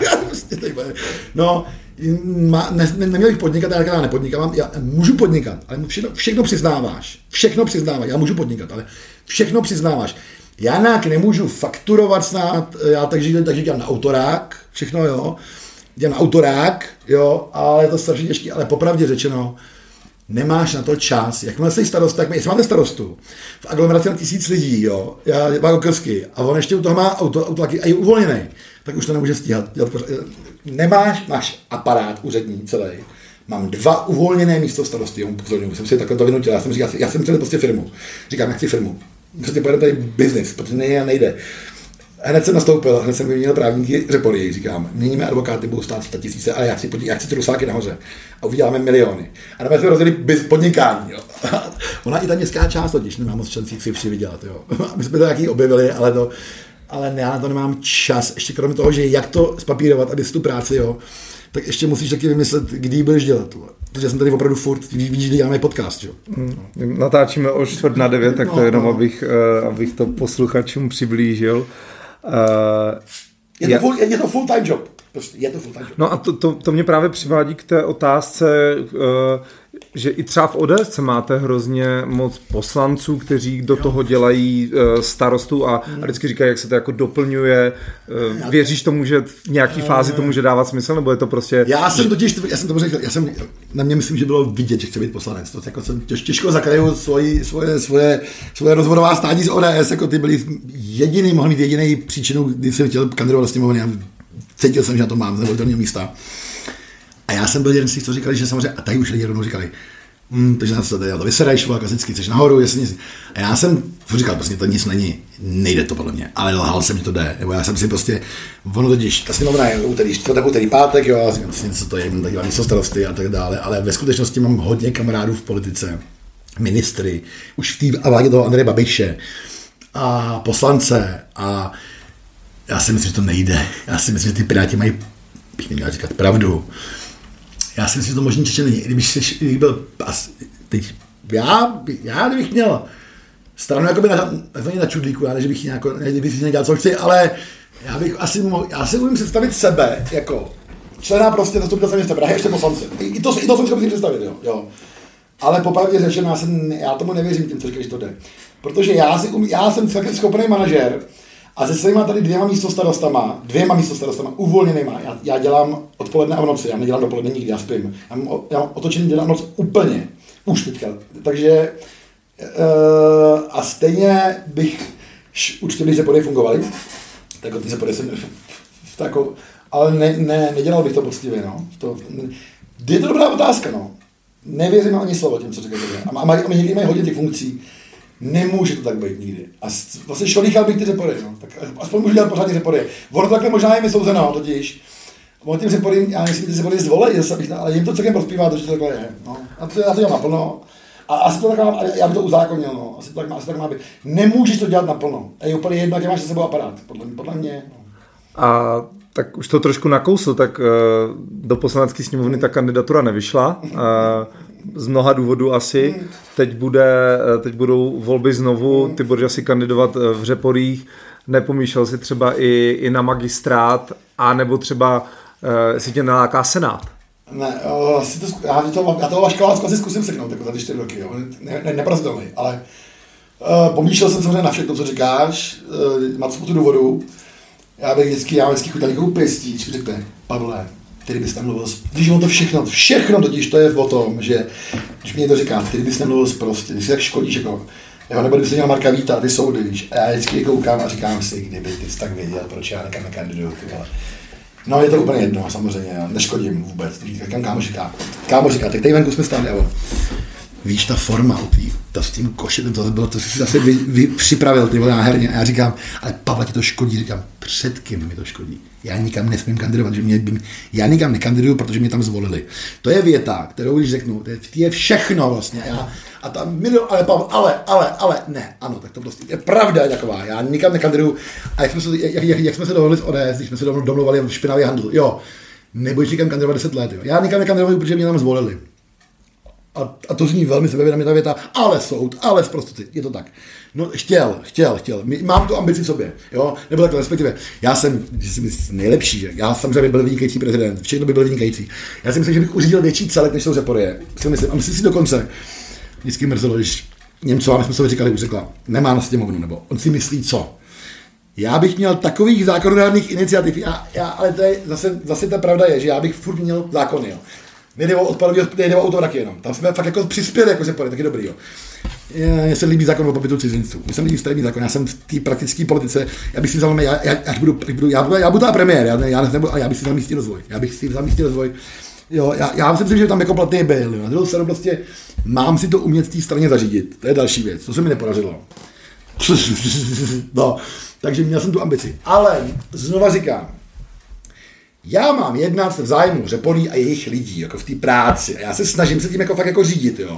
Speaker 2: No, má, ne, ne, neměl bych podnikat, já, já nepodnikám, já můžu podnikat, ale všechno, všechno přiznáváš, všechno přiznáváš, já můžu podnikat, ale všechno přiznáváš. Já nějak nemůžu fakturovat snad, já takže, takže dělám na autorák, všechno jo, dělám na autorák, jo, ale je to strašně těžké, ale popravdě řečeno, nemáš na to čas. Jakmile jsi starosta, tak jestli máte starostu v aglomeraci na tisíc lidí, jo, já mám okrsky, a on ještě u toho má auto, auto a je uvolněný, tak už to nemůže stíhat. Nemáš, máš aparát úřední celý. Mám dva uvolněné místo starosty, upozorňuji, jsem si takhle to vynutil, já jsem říkal, já jsem chtěl prostě firmu. Říkám, já chci firmu. Prostě pojede tady biznis, protože nejde, nejde. Hned jsem nastoupil, hned jsem vyměnil právníky Řepory, říkám, měníme advokáty, budou stát sto tisíce, ale já chci, já chci ty rusáky nahoře a uděláme miliony. A nakonec jsme rozdělili podnikání, jo. Ona i ta městská část totiž nemá moc šancí si vši vydělat, jo. My jsme to nějaký objevili, ale to, ale já na to nemám čas, ještě kromě toho, že jak to spapírovat, aby si tu práci, jo, tak ještě musíš taky vymyslet, kdy ji budeš dělat. Protože já jsem tady opravdu furt, vidíš, že děláme podcast, jo.
Speaker 1: Hmm. Natáčíme o čtvrt na devět, tak to no, jenom, no. Abych, uh, abych to posluchačům přiblížil. Uh,
Speaker 2: je, to já... full, je to full time job. Prostě je to full time job.
Speaker 1: No a to, to, to mě právě přivádí k té otázce, uh, že i třeba v O D S máte hrozně moc poslanců, kteří do jo. toho dělají uh, starostu a, hmm. a vždycky říkají, jak se to jako doplňuje. Uh, věříš tomu, že v nějaký uh, fázi to může dávat smysl, nebo je to prostě...
Speaker 2: Já jsem totiž, já jsem to řekl, já jsem, na mě myslím, že bylo vidět, že chce být poslanec. To jako jsem těž, těžko zakraju svoji, svoje, svoje, svoje rozvodová stání z O D S, jako ty byli jediný, mohl mít jediný příčinu, kdy jsem chtěl kandidovat sněmovny a cítil jsem, že na to mám, z nevolitelného místa. A já jsem byl jeden z těch, co říkali, že samozřejmě, a tady už lidi rovnou říkali, hm, takže se tady to vysedajš, klasicky, chceš nahoru, jestli nic. A já jsem říkal, prostě to nic není, nejde to podle mě, ale lhal jsem, že to jde. Nebo já jsem si prostě, ono totiž, ta sněmovna je úterý, čtvrtek, úterý, pátek, jo, já říkám, něco to je, taky mám místo starosty a tak dále, ale ve skutečnosti mám hodně kamarádů v politice, ministry, už v té vládě toho Andreje Babiše a poslance a já si myslím, že to nejde. Já si myslím, že ty Piráti mají, bych neměl říkat pravdu. Já si myslím, že to možný čeště není. Kdybych si, kdybych byl, teď, já, já kdybych měl stranu jakoby na, na čudlíku, já než bych nějak, kdybych si nedělal, co chci, ale já bych asi mohl, já si umím představit sebe, jako člena prostě zastupitelstva města Prahy, ještě poslance. I, i, to, i to jsem schopný představit, jo. jo. Ale popravdě řečeno, já, jsem, já tomu nevěřím tím, co říkáš, že to jde. Protože já, si um, já jsem celkem schopný manažer, a se svýma tady dvěma místostarostama, dvěma místostarostama, uvolněnýma, já, já dělám odpoledne a v noci, já nedělám dopoledne nikdy, já spím. Já mám, já mám otočený dělám noc úplně, už teďka. Takže uh, a stejně bych, určitě bych Řepory fungovaly, tak ty Řepory jsem, tako, ale ne, ne, nedělal bych to poctivě, no. To, je to dobrá otázka, no. Nevěřím ani slovo tím, co říkáte. A, a, a my někdy mají hodně těch funkcí. Nemůže to tak být nikdy. A vlastně šolíchal bych ty Řepory, no. Tak aspoň můžu dělat pořádně Řepory. Ono takhle možná je mi souzeno, totiž. On tím Řepory, já myslím, že ty Řepory zvolej, ale jim to celkem prospívá, to, že to takhle je. No. A to, já to dělám naplno. A asi to tak má, já bych to uzákonil, no. Asi to tak má, asi to tak má být. Nemůžeš to dělat naplno. A je úplně jedno, jak máš se sebou aparát. Podle, podle mě. No.
Speaker 1: A tak už to trošku nakousl, tak uh, do poslanecké sněmovny ta kandidatura nevyšla. Uh, z mnoha důvodů asi. Teď, bude, teď budou volby znovu, ty budeš asi kandidovat v Řeporích, nepomýšlel si třeba i, i na magistrát, a nebo třeba uh, si tě naláká senát?
Speaker 2: Ne, uh, to, já, to, já toho Vaška asi zkusím seknout jako za ty čtyři roky, jo. Ne, ne, neprozitelný, ale uh, pomýšlel jsem samozřejmě na všechno, co říkáš, uh, má spoustu důvodů. Já bych vždycky, já vždycky chutěl někoho pěstíč, řekne, Pavle, který bys tam mluvil, když on to všechno, všechno totiž to je o tom, že, když mě to říká, který bys nemluvil prostě, když si tak škodíš, jako, jo, nebo kdyby se měl Marka Víta, ty soudy, víš, a já vždycky koukám a říkám si, kdyby ty jsi tak věděl, proč já nekam nekandiduju, ty vole. No je to úplně jedno, samozřejmě, já neškodím vůbec, říkám kámo říká, kámo říká, tak tady venku jsme stáli, jo. víš, ta forma u tý, ta s tím košetem, to bylo, to jsi zase vy, vy připravil, ty vole, náherně. A já říkám, ale Pavle, ti to škodí, říkám, před kým mi to škodí? Já nikam nesmím kandidovat, že mě, já nikam nekandiduju, protože mě tam zvolili. To je věta, kterou když řeknu, to je, je všechno vlastně. Já, a tam, ale, Pavel, ale, ale, ale, ne, ano, tak to prostě je pravda je taková, já nikam nekandiduju. A jak jsme se, jak, jak, jak jsme se dohodli s O D S, když jsme se domluvali v špinavý handl, jo, nebudeš nikam kandidovat deset let, jo. Já nikam nekandiduju, protože mě tam zvolili. A, a to zní velmi sebevědomě ta věta, ale soud, ale zprostosti, je to tak. No chtěl, chtěl, chtěl, mám tu ambici v sobě, jo, nebo takhle, respektive, já jsem, že jsem nejlepší, že já samozřejmě byl vynikající prezident, všechno by byl vynikající. Já si myslím, že bych uřídil větší celek, než jsou Řeporyje. Myslím, a myslím si dokonce, vždycky mrzelo, když Němcová, jsme se říkali, už řekla, nemá na sněmovnu, nebo on si myslí co. Já bych měl takových zákonodárných iniciativ, já, já, ale to je, zase, zase ta pravda je, že já bych furt měl zákony, jo. Nejde o odpadový, nejde o autovraky jenom. Tam jsme fakt jako přispěli, jako Řeporyje, taky dobrý, jo. Mně se líbí zákon o pobytu cizinců. Mně se líbí stavební zákon. Já jsem v té praktické politice, já bych si vzal, já, já, já, budu, budu, já, budu, já budu ta premiér, já, já, nebudu, já bych si vzal místní rozvoj. Já bych si vzal místní rozvoj. Jo, já, já si myslím, že tam jako platný byl. Na druhou stranu prostě mám si to umět v té straně zařídit. To je další věc. To se mi nepodařilo. No, takže měl jsem tu ambici. Ale znova říkám, já mám jednat v zájmu Řeporyjí a jejich lidí, jako v té práci. A já se snažím se tím jako fakt jako řídit, jo.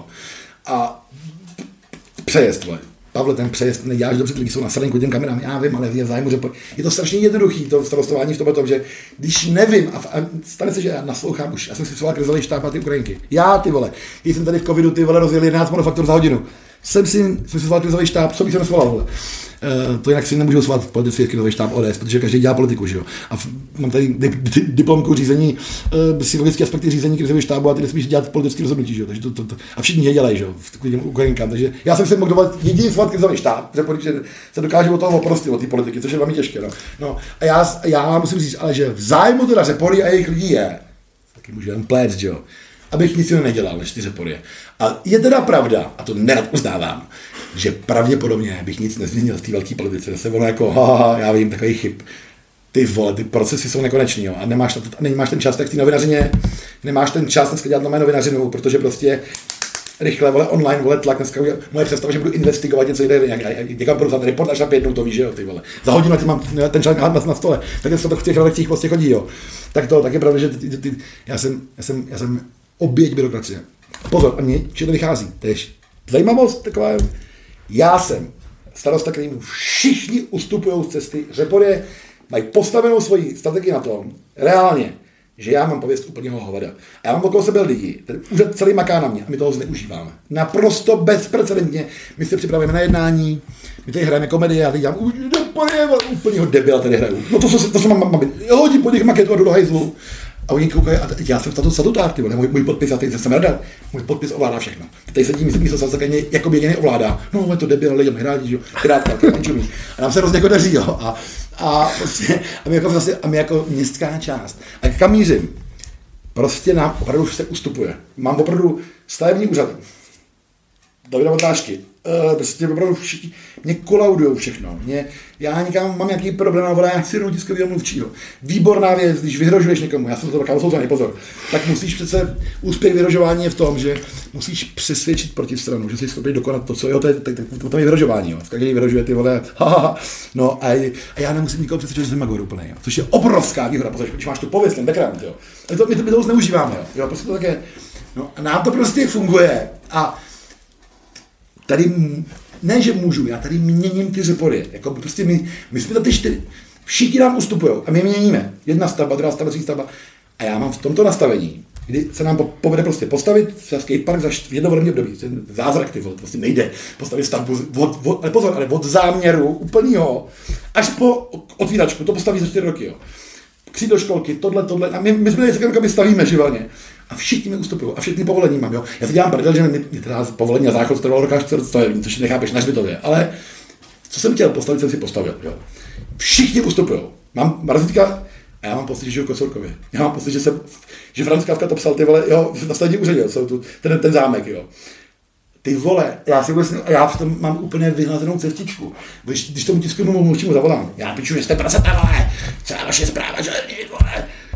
Speaker 2: A přejezd, vole. Pavle, ten přejezd neděláš dobře, lidi jsou nasraný k těm kamerám, já vím, ale je v zájmu Řeporyjí. Je to strašně jednoduchý, to starostování v tom, že když nevím, a, a stane se, že já naslouchám už, já jsem si svolal krizový štáb a ty Ukrajinky. Já, ty vole, když jsem tady v covidu, ty vole, rozjel jedenáct manufaktur za hodinu. Jsem si, jsem si svolal krizový štáb, co bych se nesvolal, vole. Uh, to jinak si nemůžu svolat v politický krizový štáb O D S, protože každý dělá politiku, že jo. A v, mám tady di, di, diplomku řízení, uh, psychologické aspekty řízení krizového štábu a ty nesmíš dělat politické rozhodnutí, že jo. Takže to, to, to, a všichni je dělají, že jo, v takovým Ukrajinkám. Takže já jsem si mohl dovolit jediný svolat krizový štáb, že se dokáže od toho oprostit, od té politiky, což je velmi těžké. No. No, a já, já musím říct, ale že v zájmu teda Řeporyjí a jejich lidí je, taky můžu jen plést, že jo, abych nic jiného nedělal než ty Řeporyje. A je teda pravda, a to nerad uznávám, že pravděpodobně bych nic nezměnil v té velké politice. Zase ono jako, haha, já vím, takový chyb. Ty vole, ty procesy jsou nekoneční, jo, a nemáš, nemáš ten čas tak v té novinařině, nemáš ten čas dneska dělat na mé novinařinu, protože prostě rychle, vole, online, vole, tlak, dneska moje představa, že budu investigovat něco jiného, někam budu za reportáž na pět dnů, to víš, jo, ty vole. Za hodinu mám ten článek na, na stole, tak se to v těch redakcích prostě chodí, jo. Tak to, tak je pravda, že ty, ty, ty, já, jsem, já, jsem, já jsem oběť byrokracie. Pozor, a mně, či to vychází, to je zajímavost taková. Já jsem starosta, kterým všichni ustupují z cesty. Řeporyje mají postavenou svoji strategii na tom, reálně, že já mám pověst úplného hovada. A já mám okolo sebe lidi, ten úřad celý maká na mě a my toho zneužíváme. Naprosto bezprecedentně. My se připravujeme na jednání, my tady hrajeme komedie a teď dělám úplného debila tady hraju. No to, to, to se mám, mám, mám hodím po těch maketu a jdu do hajzlu. A oni koukají, a já jsem statut statutár, ty vole, můj, můj podpis, já teď jsem radar, můj podpis ovládá všechno. Tady sedí místo místo samozřejmě jako jediný ovládá. No, je to debil, lidi mi rádi, že jo, krátka, kančumí. A nám se hrozně jako daří, jo. A, a, prostě, a, my jako zase, a my jako městská část. A kam mířím? Prostě nám opravdu se ustupuje. Mám opravdu stavební úřad. Davida Votlášky. Uh, prostě opravdu všichni, mě kolaudujou všechno. Mě, já někam mám nějaký problém, ale já chci jenom tiskového mluvčího. Výborná věc, když vyhrožuješ někomu, já jsem to takový souzený, pozor, tak musíš přece, úspěch vyhrožování je v tom, že musíš přesvědčit protistranu, že jsi schopný dokonat to, co jo, to je, to, to, to je vyhrožování, jo. Každý vyhrožuje ty vole, haha, no a, a já nemusím nikoho přesvědčit, že jsem magor úplně, jo. Což je obrovská výhoda, protože když máš tu pověst, ten background, jo. A to, my, to, my to zneužíváme, jo. jo, prostě to také, no a nám to prostě funguje a tady, ne, že můžu, já tady měním ty Řeporyje. Jako prostě my, my jsme tady čtyři, všichni nám ustupují a my měníme. Jedna stavba, druhá stavba, třetí stavba. A já mám v tomto nastavení, kdy se nám povede prostě postavit skatepark za jedno volební období. Zázrak, ty vole, prostě nejde postavit stavbu, od, od, ale pozor, ale od záměru úplnýho až po otvíračku, to postaví za čtyři roky, jo. Přijít do školky, tohle, tohle, a my, my jsme tady jako stavíme živelně. A všichni mi ustupují a všechny povolení mám, jo. Já si dělám prdel, že mi teda povolení a záchod trvalo roka stavební, což nechápeš na Hřbitově, ale co jsem chtěl postavit, jsem si postavil, jo. Všichni ustupují. Mám Marzitka a já mám pocit, že žiju v Kocourkově. Já mám pocit, že jsem, že Franz Kafka to psal, ty vole, jo, na stejně úřadě, jo, tu, ten, ten zámek, jo. Ty vole, já si vlastně, já v tom mám úplně vyhlazenou cestičku. Když, když tomu tiskovému mluvčímu zavolám, já piču, že jste prasata, vole, celá vaše zpráva, že vole.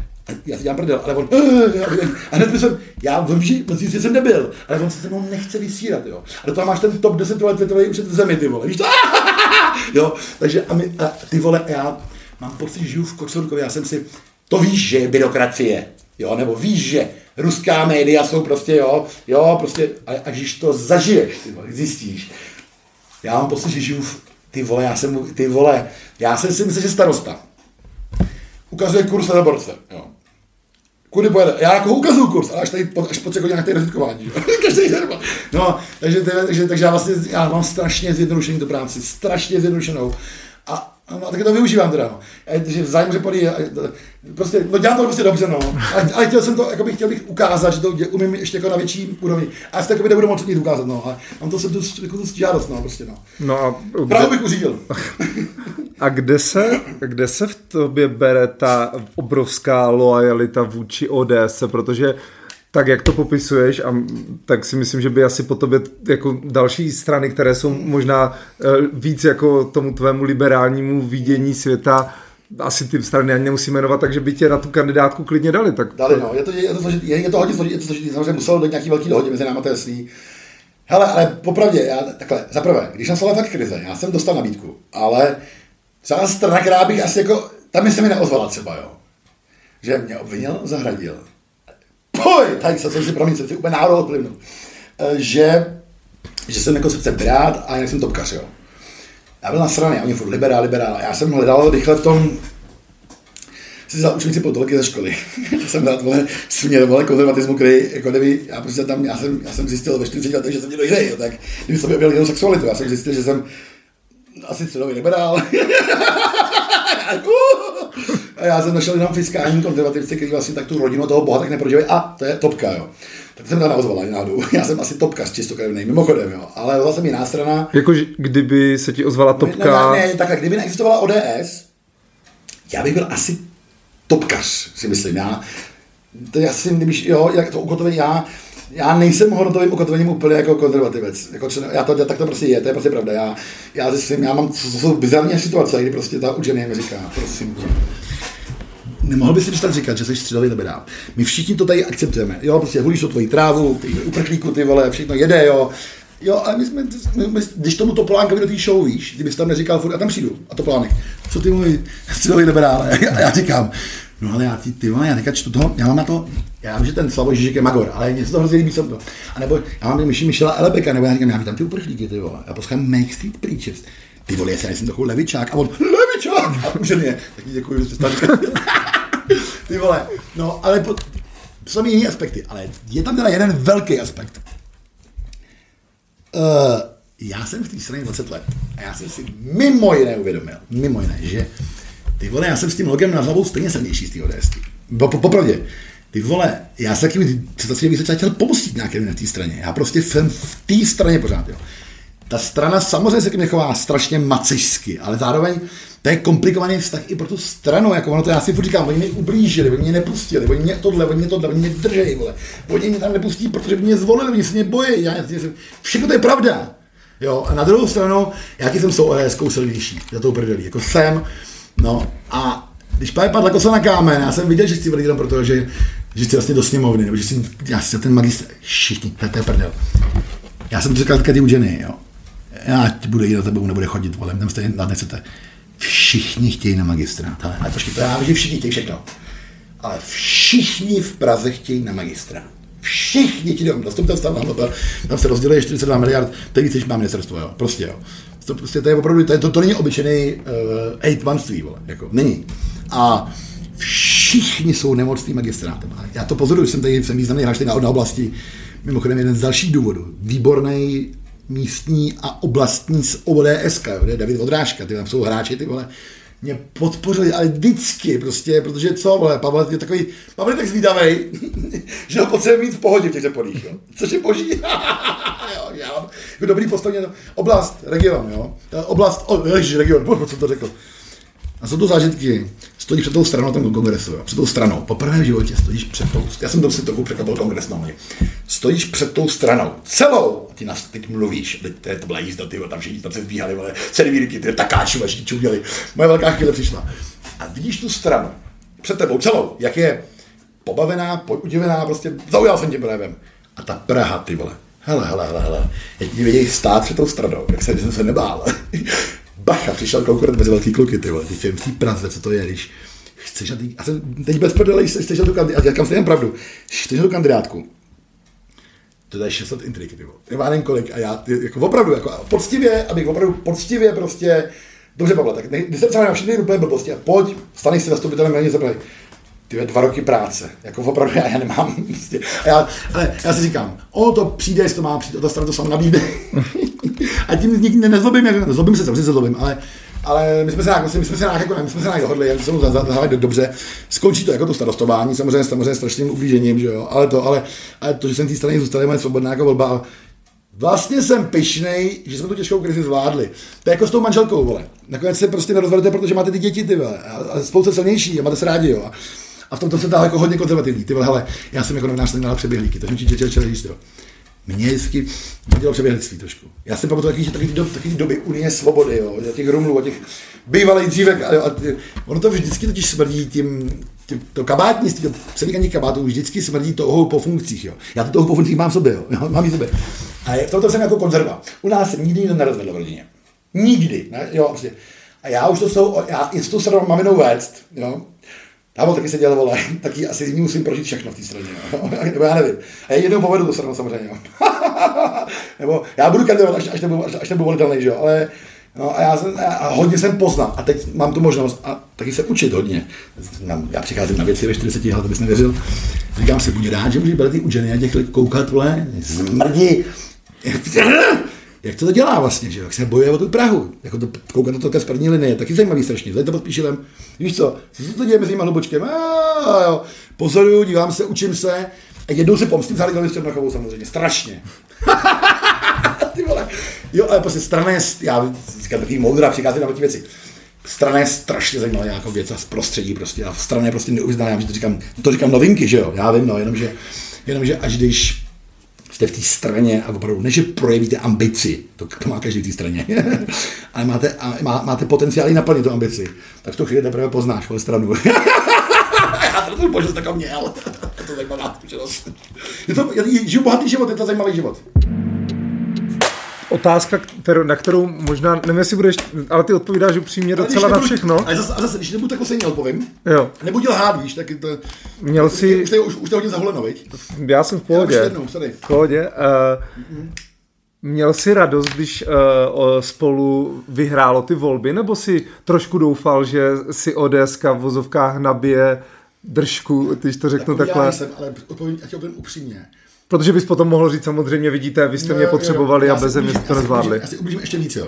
Speaker 2: já si dělám prdel, ale on, a hned jsem, já vím, že jsem nebyl, ale on se se mnou nechce vysírat, jo. A do toho máš ten top deset let, který už je v zemi, ty vole, víš to? Jo, takže a, my, a ty vole, já mám pocit, že žiju v Kocourkově, já jsem si, to víš, že je byrokracie, jo, nebo víš, že ruská média jsou prostě, jo, jo, prostě, a, a když to zažiješ, ty vole, zjistíš. Já mám pocit, že žiju v, ty vole, já jsem, ty vole, já jsem si myslel, že starosta ukazuje kurz na borce, jo. Kudy pojede? Já jako ukazuju kurz, ale až tady až po třech hodinách tady rozhodkování, jo. Každý den. No, takže, takže, takže já vlastně, já mám strašně zjednodušený tu práci, strašně zjednodušenou. A, no, a taky to využívám teda, no. Takže v zájmu řepory, prostě, no dělám to prostě dobře, no. Ale, ale chtěl jsem to, jako bych chtěl bych ukázat, že to umím ještě jako na větší úrovni. A já si to nebudu moc nic ukázat, no. Ale mám to jsem tu, jako tu žádost, no, prostě, no.
Speaker 1: No a
Speaker 2: Prahu bych uřídil.
Speaker 1: A kde se, kde se v tobě bere ta obrovská loajalita vůči O D S, protože tak, jak to popisuješ, a tak si myslím, že by asi po tobě jako další strany, které jsou možná víc jako tomu tvému liberálnímu vidění světa, asi ty strany ani nemusím jmenovat, takže by tě na tu kandidátku klidně dali. Tak...
Speaker 2: Dali, no, je to, je to složitý, je to hodně složitý, je to složitý, samozřejmě muselo dojít nějaký velký dohodě mezi náma, to je jasný. Hele, ale popravdě, já takhle, zaprvé, když nastala fakt krize, já jsem dostal nabídku, ale třeba strana, která bych asi jako, tam by se mi neozvala třeba, jo. Že mě obvinil, zahradil. Poj, tak jsem si, promiň, jsem si úplně náhodou odplivnul. Že, že jsem jako srdce pirát a jinak jsem topkař, jo. Já byl na straně, oni furt liberál, liberál. Já jsem hledal rychle v tom, si vzal učebnici politologie ze školy. Já jsem dal, vole, směr, vole, konzervatismu, který, jako kdyby, já prostě tam, já jsem, já jsem zjistil ve čtyřiceti letech, že jsem někdo jiný, jo, tak kdyby jsem objevil jinou sexualitu, já jsem zjistil, že jsem asi středový liberál. A já jsem našel jenom fiskální konzervativce, který vlastně tak tu rodinu toho boha tak neprožívají. A to je topka, jo. Tak jsem tam naozval ani náhodou. Já jsem asi topka z čistokrevnej, mimochodem, jo. Ale ozvala se mi jiná strana.
Speaker 1: Jako kdyby se ti ozvala topka...
Speaker 2: Ne, ne, ne, takhle, kdyby neexistovala O D S, já bych byl asi topkař, si myslím. Já, to já si, kdybyž, jo, jak to ukotvení, já, já nejsem hodnotovým ukotvením úplně jako konzervativec. Jako, já to, tak to prostě je, to je prostě pravda. Já, já, zjistím, já mám, to jsou bizarní situace, kdy prostě ta učený mi říká, prosím tě. Nemohl bys si přestat říkat, že jsi středový liberál. My všichni to tady akceptujeme. Jo, prostě hulíš to tvoji trávu, ty uprchlíku, ty vole, všechno jede, jo. Jo, ale my jsme, my, my, když tomu Topolánkovi do té show, víš, kdybys tam neříkal furt, a tam přijdu, a Topolánek, co ty můj středový liberále, a já říkám, no ale já ty, ty vole, já teďka čtu toho, já mám na to, já vím, že ten Slavoj Žižek je magor, ale něco to hrozně líbí jsem to. A nebo já mám myši Michela Elebeka, nebo já říkám, já tam ty uprchlíky, ty vole, já poslouchám Make Street Preachers. Ty vole, já jsem takový levičák, a on, levičák, a už je, tak děkuji, že jste ty vole, no, ale po, jsou jiný aspekty, ale je tam teda jeden velký aspekt. Uh, já jsem v té straně dvacet let a já jsem si mimo jiné uvědomil, mimo jiné, že ty vole, já jsem s tím logem na hlavou stejně silnější z té O D S. Popravdě, ty vole, já se taky představit, že bych se chtěl pomostit nějaké na té straně. Já prostě jsem v té straně pořád, jo. Ta strana samozřejmě se k mě chová strašně macežsky, ale zároveň to je komplikovaný vztah i pro tu stranu, jako ono to já si furt říkám, oni mě ublížili, oni mě nepustili, oni mě tohle, oni mě tohle, oni mě držejí, vole. Oni mě tam nepustí, protože mě zvolili, oni se mě bojí, já, všechno to je pravda. Jo, a na druhou stranu, jaký jsem s tou O D S silnější, za tou prdelí, jako jsem, no a když právě padla kosa na kámen, já jsem viděl, že chci vylít protože že, že chci vlastně do sněmovny, nebo že si, já si ten magistr, všichni, to je prdel. Já jsem to říkal teďka ty u Jenny, jo. Já ti budu jít na tebe, nebude chodit, vole, tam stejně nechcete. Všichni chtějí na magistrát, ale, ale počkej, to já vím, že všichni chtějí všechno. Ale všichni v Praze chtějí na magistrát. Všichni ti jdou, zastupte stav, tam se rozděluje čtyřicet dva miliard, to víc, než má ministerstvo, jo, prostě, jo. To, prostě, to je opravdu, to, to, to není obyčejný uh, hejtmanství, vole, jako, není. A všichni jsou nemocní magistrátem. A já to pozoruju, jsem tady, jsem významný hráč na oblasti, mimochodem jeden z dalších důvodů, výborný místní a oblastní z O D S, jo, David Vodrážka, ty tam jsou hráči, ty vole, mě podpořili, ale vždycky prostě, protože co, vole, Pavel je takový, Pavel je tak zvídavej, že ho potřebuje mít v pohodě v těch řepodích, jo, což je boží, jo, já mám jako dobrý postavně, oblast, region, jo, oblast, o, ježiš, region, bož, co to řekl. A jsou to zážitky, stojíš před tou stranou tam kongresu, jo, před tou stranou, poprvé v životě stojíš před tou, já jsem si trochu překvapil kongres na mě, stojíš před tou stranou, celou, a ty nás teď mluvíš, teď to byla jízda, ty tam všichni tam se zbíhali, vole, celý výryky, ty takáčů a všichni čuměli, moje velká chvíle přišla. A vidíš tu stranu, před tebou celou, jak je pobavená, udivená, prostě zaujal jsem tím projevem. A ta Praha, ty vole, hele, hele, hele, hele, jak ti vědějí stát před tou stranou, jak se, jsem se nebál. Bacha, přišel konkurent mezi velký kluky, ty vole, ty jsem v té Praze, co to je, když chceš, a, ty, a jsem teď bez prdele, chceš na tu kandidátku, a říkám si jen pravdu, chceš na tu kandidátku, to je šest let intriky, ty vole, já nevím kolik, a já, jako opravdu, jako poctivě, abych opravdu poctivě prostě, dobře Pavle, tak když jsem na všechny úplně blbosti a pojď, staneš si zastupitelem a něco zaplej. Ty dva roky práce, jako opravdu já, já nemám, prostě. já, ale já si říkám, o to přijde, jestli to má přijít, o ta strana to sám nabídne. A tím nikdy nezlobím, jak nezlobím se, samozřejmě se zlobím, ale, ale my jsme se nějak, my jsme se nějak, jako ne, my jsme se nějak dohodli, já jsem mu zahávat dobře, skončí to jako to starostování, samozřejmě, samozřejmě strašným ublížením, že jo, ale to, ale, ale to, že jsem té strany zůstal, je moje svobodná jako volba a vlastně jsem pyšnej, že jsme tu těžkou krizi zvládli. To je jako s tou manželkou, vole. Nakonec se prostě nerozvedete, protože máte ty děti, ty vole, a spousta silnější a máte se rádi, jo. A v tom to se dá jako hodně konzervativní. Ty vole, hele, já jsem jako novinář měla přeběhlíky, to jsem ti čel říct, jo. Mě vždycky dělalo přeběhlictví trošku. Já jsem pamatuju takový, takový, dob, takový doby Unie svobody, jo, těch rumlů, a těch bývalých dřívek, a, a, ono to vždycky totiž smrdí tím, tím to kabátnictví, to přemíkání kabátů vždycky smrdí touhou po funkcích, jo. Já to touhou po funkcích mám v sobě, jo, mám ji v sobě. A v tomto jsem jako konzerva. U nás se nikdy nikdo nerozvedl v rodině. Nikdy, ne, jo, prostě. A já už to jsou, já i s tou stranou maminou vést, jo. Távo taky se dělal, vole, taky asi z ní musím prožít všechno v té straně, jo. Nebo já nevím. A já jednou povedu tu stranu samozřejmě, jo. Nebo já budu kandidovat, až, až, nebudu, až, až nebudu volitelný, že jo, ale no a já jsem, a hodně jsem poznal a teď mám tu možnost a taky se učit hodně. Já přicházím na věci ve čtyřiceti let, abys nevěřil. Říkám si, buď rád, že můžeš být ty u ženy a těch koukat, vole, zmrdí. Jak to, to dělá vlastně, že jo? Jak se bojuje o tu Prahu, jako to koukat na to z první linie, taky zajímavý strašně. Tady to pod Píšilem, víš co, co se to děje mezi nimi hlubočkem, a jo, pozoruju, dívám se, učím se a jednou se pomstím za Lidovou Černochovou samozřejmě, strašně. Ty vole. Jo, ale prostě strana je, já říkám takový moudrá, přichází na ty věci. Strana je strašně zajímavá nějakou věc a z prostředí prostě a strana je prostě neuvěřitelná, já to říkám, to říkám novinky, že jo, já vím, no, jenomže, jenomže až když jste v té straně a opravdu, než projevíte ambici, to, to má každý v té straně, ale máte, má, máte potenciál i naplnit tu ambici, tak v tu chvíli teprve poznáš vole stranu. Já to tu možnost takovou měl. Je to zajímavá zkušenost. Je to, žiju bohatý život, je to zajímavý život.
Speaker 1: Otázka, kterou, na kterou možná, nevím, jestli budeš, ale ty odpovídáš upřímně docela
Speaker 2: nebudu,
Speaker 1: na všechno.
Speaker 2: Ale zase, a zase, když nebudu tak stejně odpovím,
Speaker 1: jo.
Speaker 2: Nebudu dělat hád, víš, tak to...
Speaker 1: Měl jsi...
Speaker 2: Už, už, už to hodně zaholeno, viď?
Speaker 1: Já jsem v pohodě.
Speaker 2: Já už jednou, sorry.
Speaker 1: V pohodě. Uh, mm-hmm. Měl jsi radost, když uh, spolu vyhrálo ty volby, nebo si trošku doufal, že si ODSka v vozovkách nabije držku, když to řeknu tak takhle?
Speaker 2: Já nejsem, ale odpovím, ať odpovím upřímně.
Speaker 1: Protože bys potom mohl říct, samozřejmě vidíte, vy jste no, mě potřebovali jo, jo. a bez mě jste to nezvládli.
Speaker 2: Já si ublížím ještě víc, jo.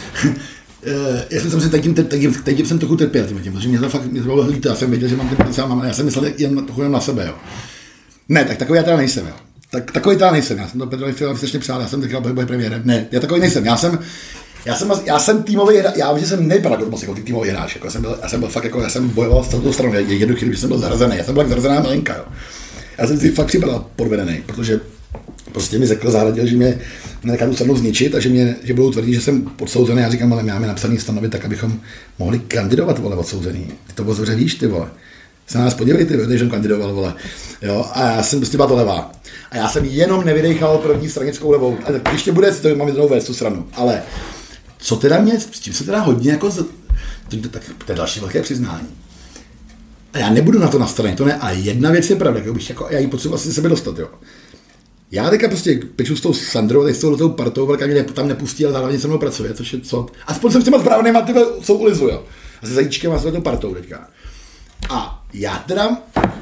Speaker 2: Já jsem si teď, teď, teď, teď jsem trochu trpěl tím, protože mě to fakt mě to bylo líto, já jsem věděl, že mám ten potenciál, mám, já jsem myslel jen, jen na sebe, jo. Ne, tak takový já teda nejsem, jo. Tak, takový teda nejsem, já jsem to Petrovi Fialovi strašně přál, já jsem teďka bude premiérem. Ne, já takový nejsem, já jsem, já jsem, já jsem týmový hráč, já vím, že jsem nejvypadal jako moc jako týmový hráč, jako já jsem byl, já jsem byl fakt jako, já jsem bojoval s celou stranou, jednu chvíli, že jsem byl zarazený, já jsem byl jak zarazená malinka, jo. Já jsem si fakt připadal podvedený, protože prostě mi řekl zahradil, že mě nenechá tu stranu zničit a že, mě, že budou tvrdit, že jsem odsouzený. Já říkám, ale máme napsaný stanovy tak, abychom mohli kandidovat, vole, odsouzený. Ty to moc dobře víš, ty vole. Se na nás podívej, ty, že jsem kandidoval, vole. Jo, a já jsem prostě byla to levá. A já jsem jenom nevydechal první stranickou levou. A tak ještě bude, to mám jednou vést tu stranu. Ale co teda mě, s tím se teda hodně jako, z... to, tak, to je další velké přiznání. A já nebudu na to nastavený, to ne, ale jedna věc je pravda, bych jako, já ji potřebuji asi sebe dostat, jo. Já teďka prostě peču s tou Sandrou, teď s tou partou, velká mě tam nepustí, ale zároveň se mnou pracuje, což je co. Aspoň jsem s těma správnýma, ty jsou ulizu, jo. A se Zajíčkem a s tou partou teďka. A já teda,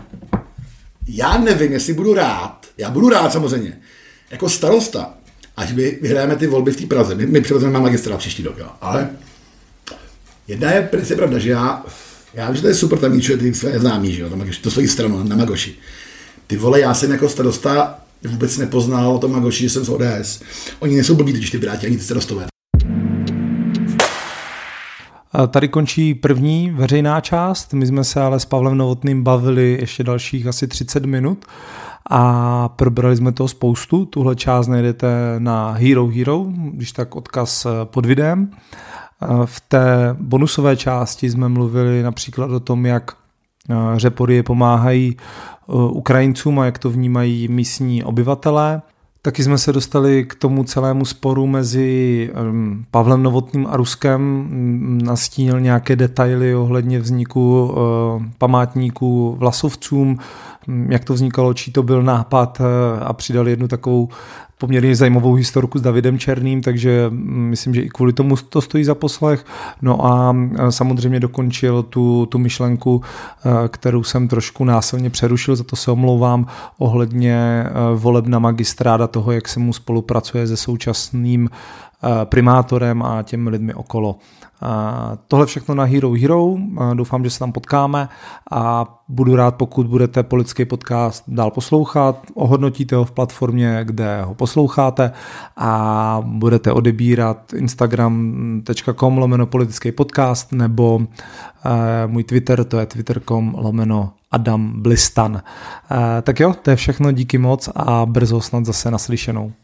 Speaker 2: já nevím, jestli budu rád, já budu rád samozřejmě, jako starosta, až my vyhrajeme ty volby v té Praze, my, my přivezeme magistrát příští rok, jo. Ale jedna je princip pravda, že já, já vím, že to je super, tam mít ty své známí, že jo, tam to svoji stranu na Magoši. Ty vole, já jsem jako starosta vůbec nepoznal o tom Magoši, že jsem z O D S. Oni nejsou blbí, totiž ty Piráti, ani ty starostové.
Speaker 1: Tady končí první veřejná část, my jsme se ale s Pavlem Novotným bavili ještě dalších asi třicet minut a probrali jsme toho spoustu. Tuhle část najdete na Hero Hero, když tak odkaz pod videem. V té bonusové části jsme mluvili například o tom, jak Řepory pomáhají Ukrajincům a jak to vnímají místní obyvatelé. Taky jsme se dostali k tomu celému sporu mezi Pavlem Novotným a Ruskem, nastínil nějaké detaily ohledně vzniku památníků Vlasovcům, jak to vznikalo, čí to byl nápad a přidali jednu takovou poměrně zajímavou historku s Davidem Černým, takže myslím, že i kvůli tomu to stojí za poslech. No a samozřejmě dokončil tu, tu myšlenku, kterou jsem trošku násilně přerušil, za to se omlouvám, ohledně voleb na magistráda, toho, jak se mu spolupracuje se současným primátorem a těmi lidmi okolo. Tohle všechno na Hero Hero, doufám, že se tam potkáme a budu rád, pokud budete politický podcast dál poslouchat, ohodnotíte ho v platformě, kde ho posloucháte a budete odebírat instagram tečka com lomeno politický podcast nebo můj Twitter, to je twitter tečka com lomeno Adam Blistan. Tak jo, to je všechno, díky moc a brzo snad zase naslyšenou.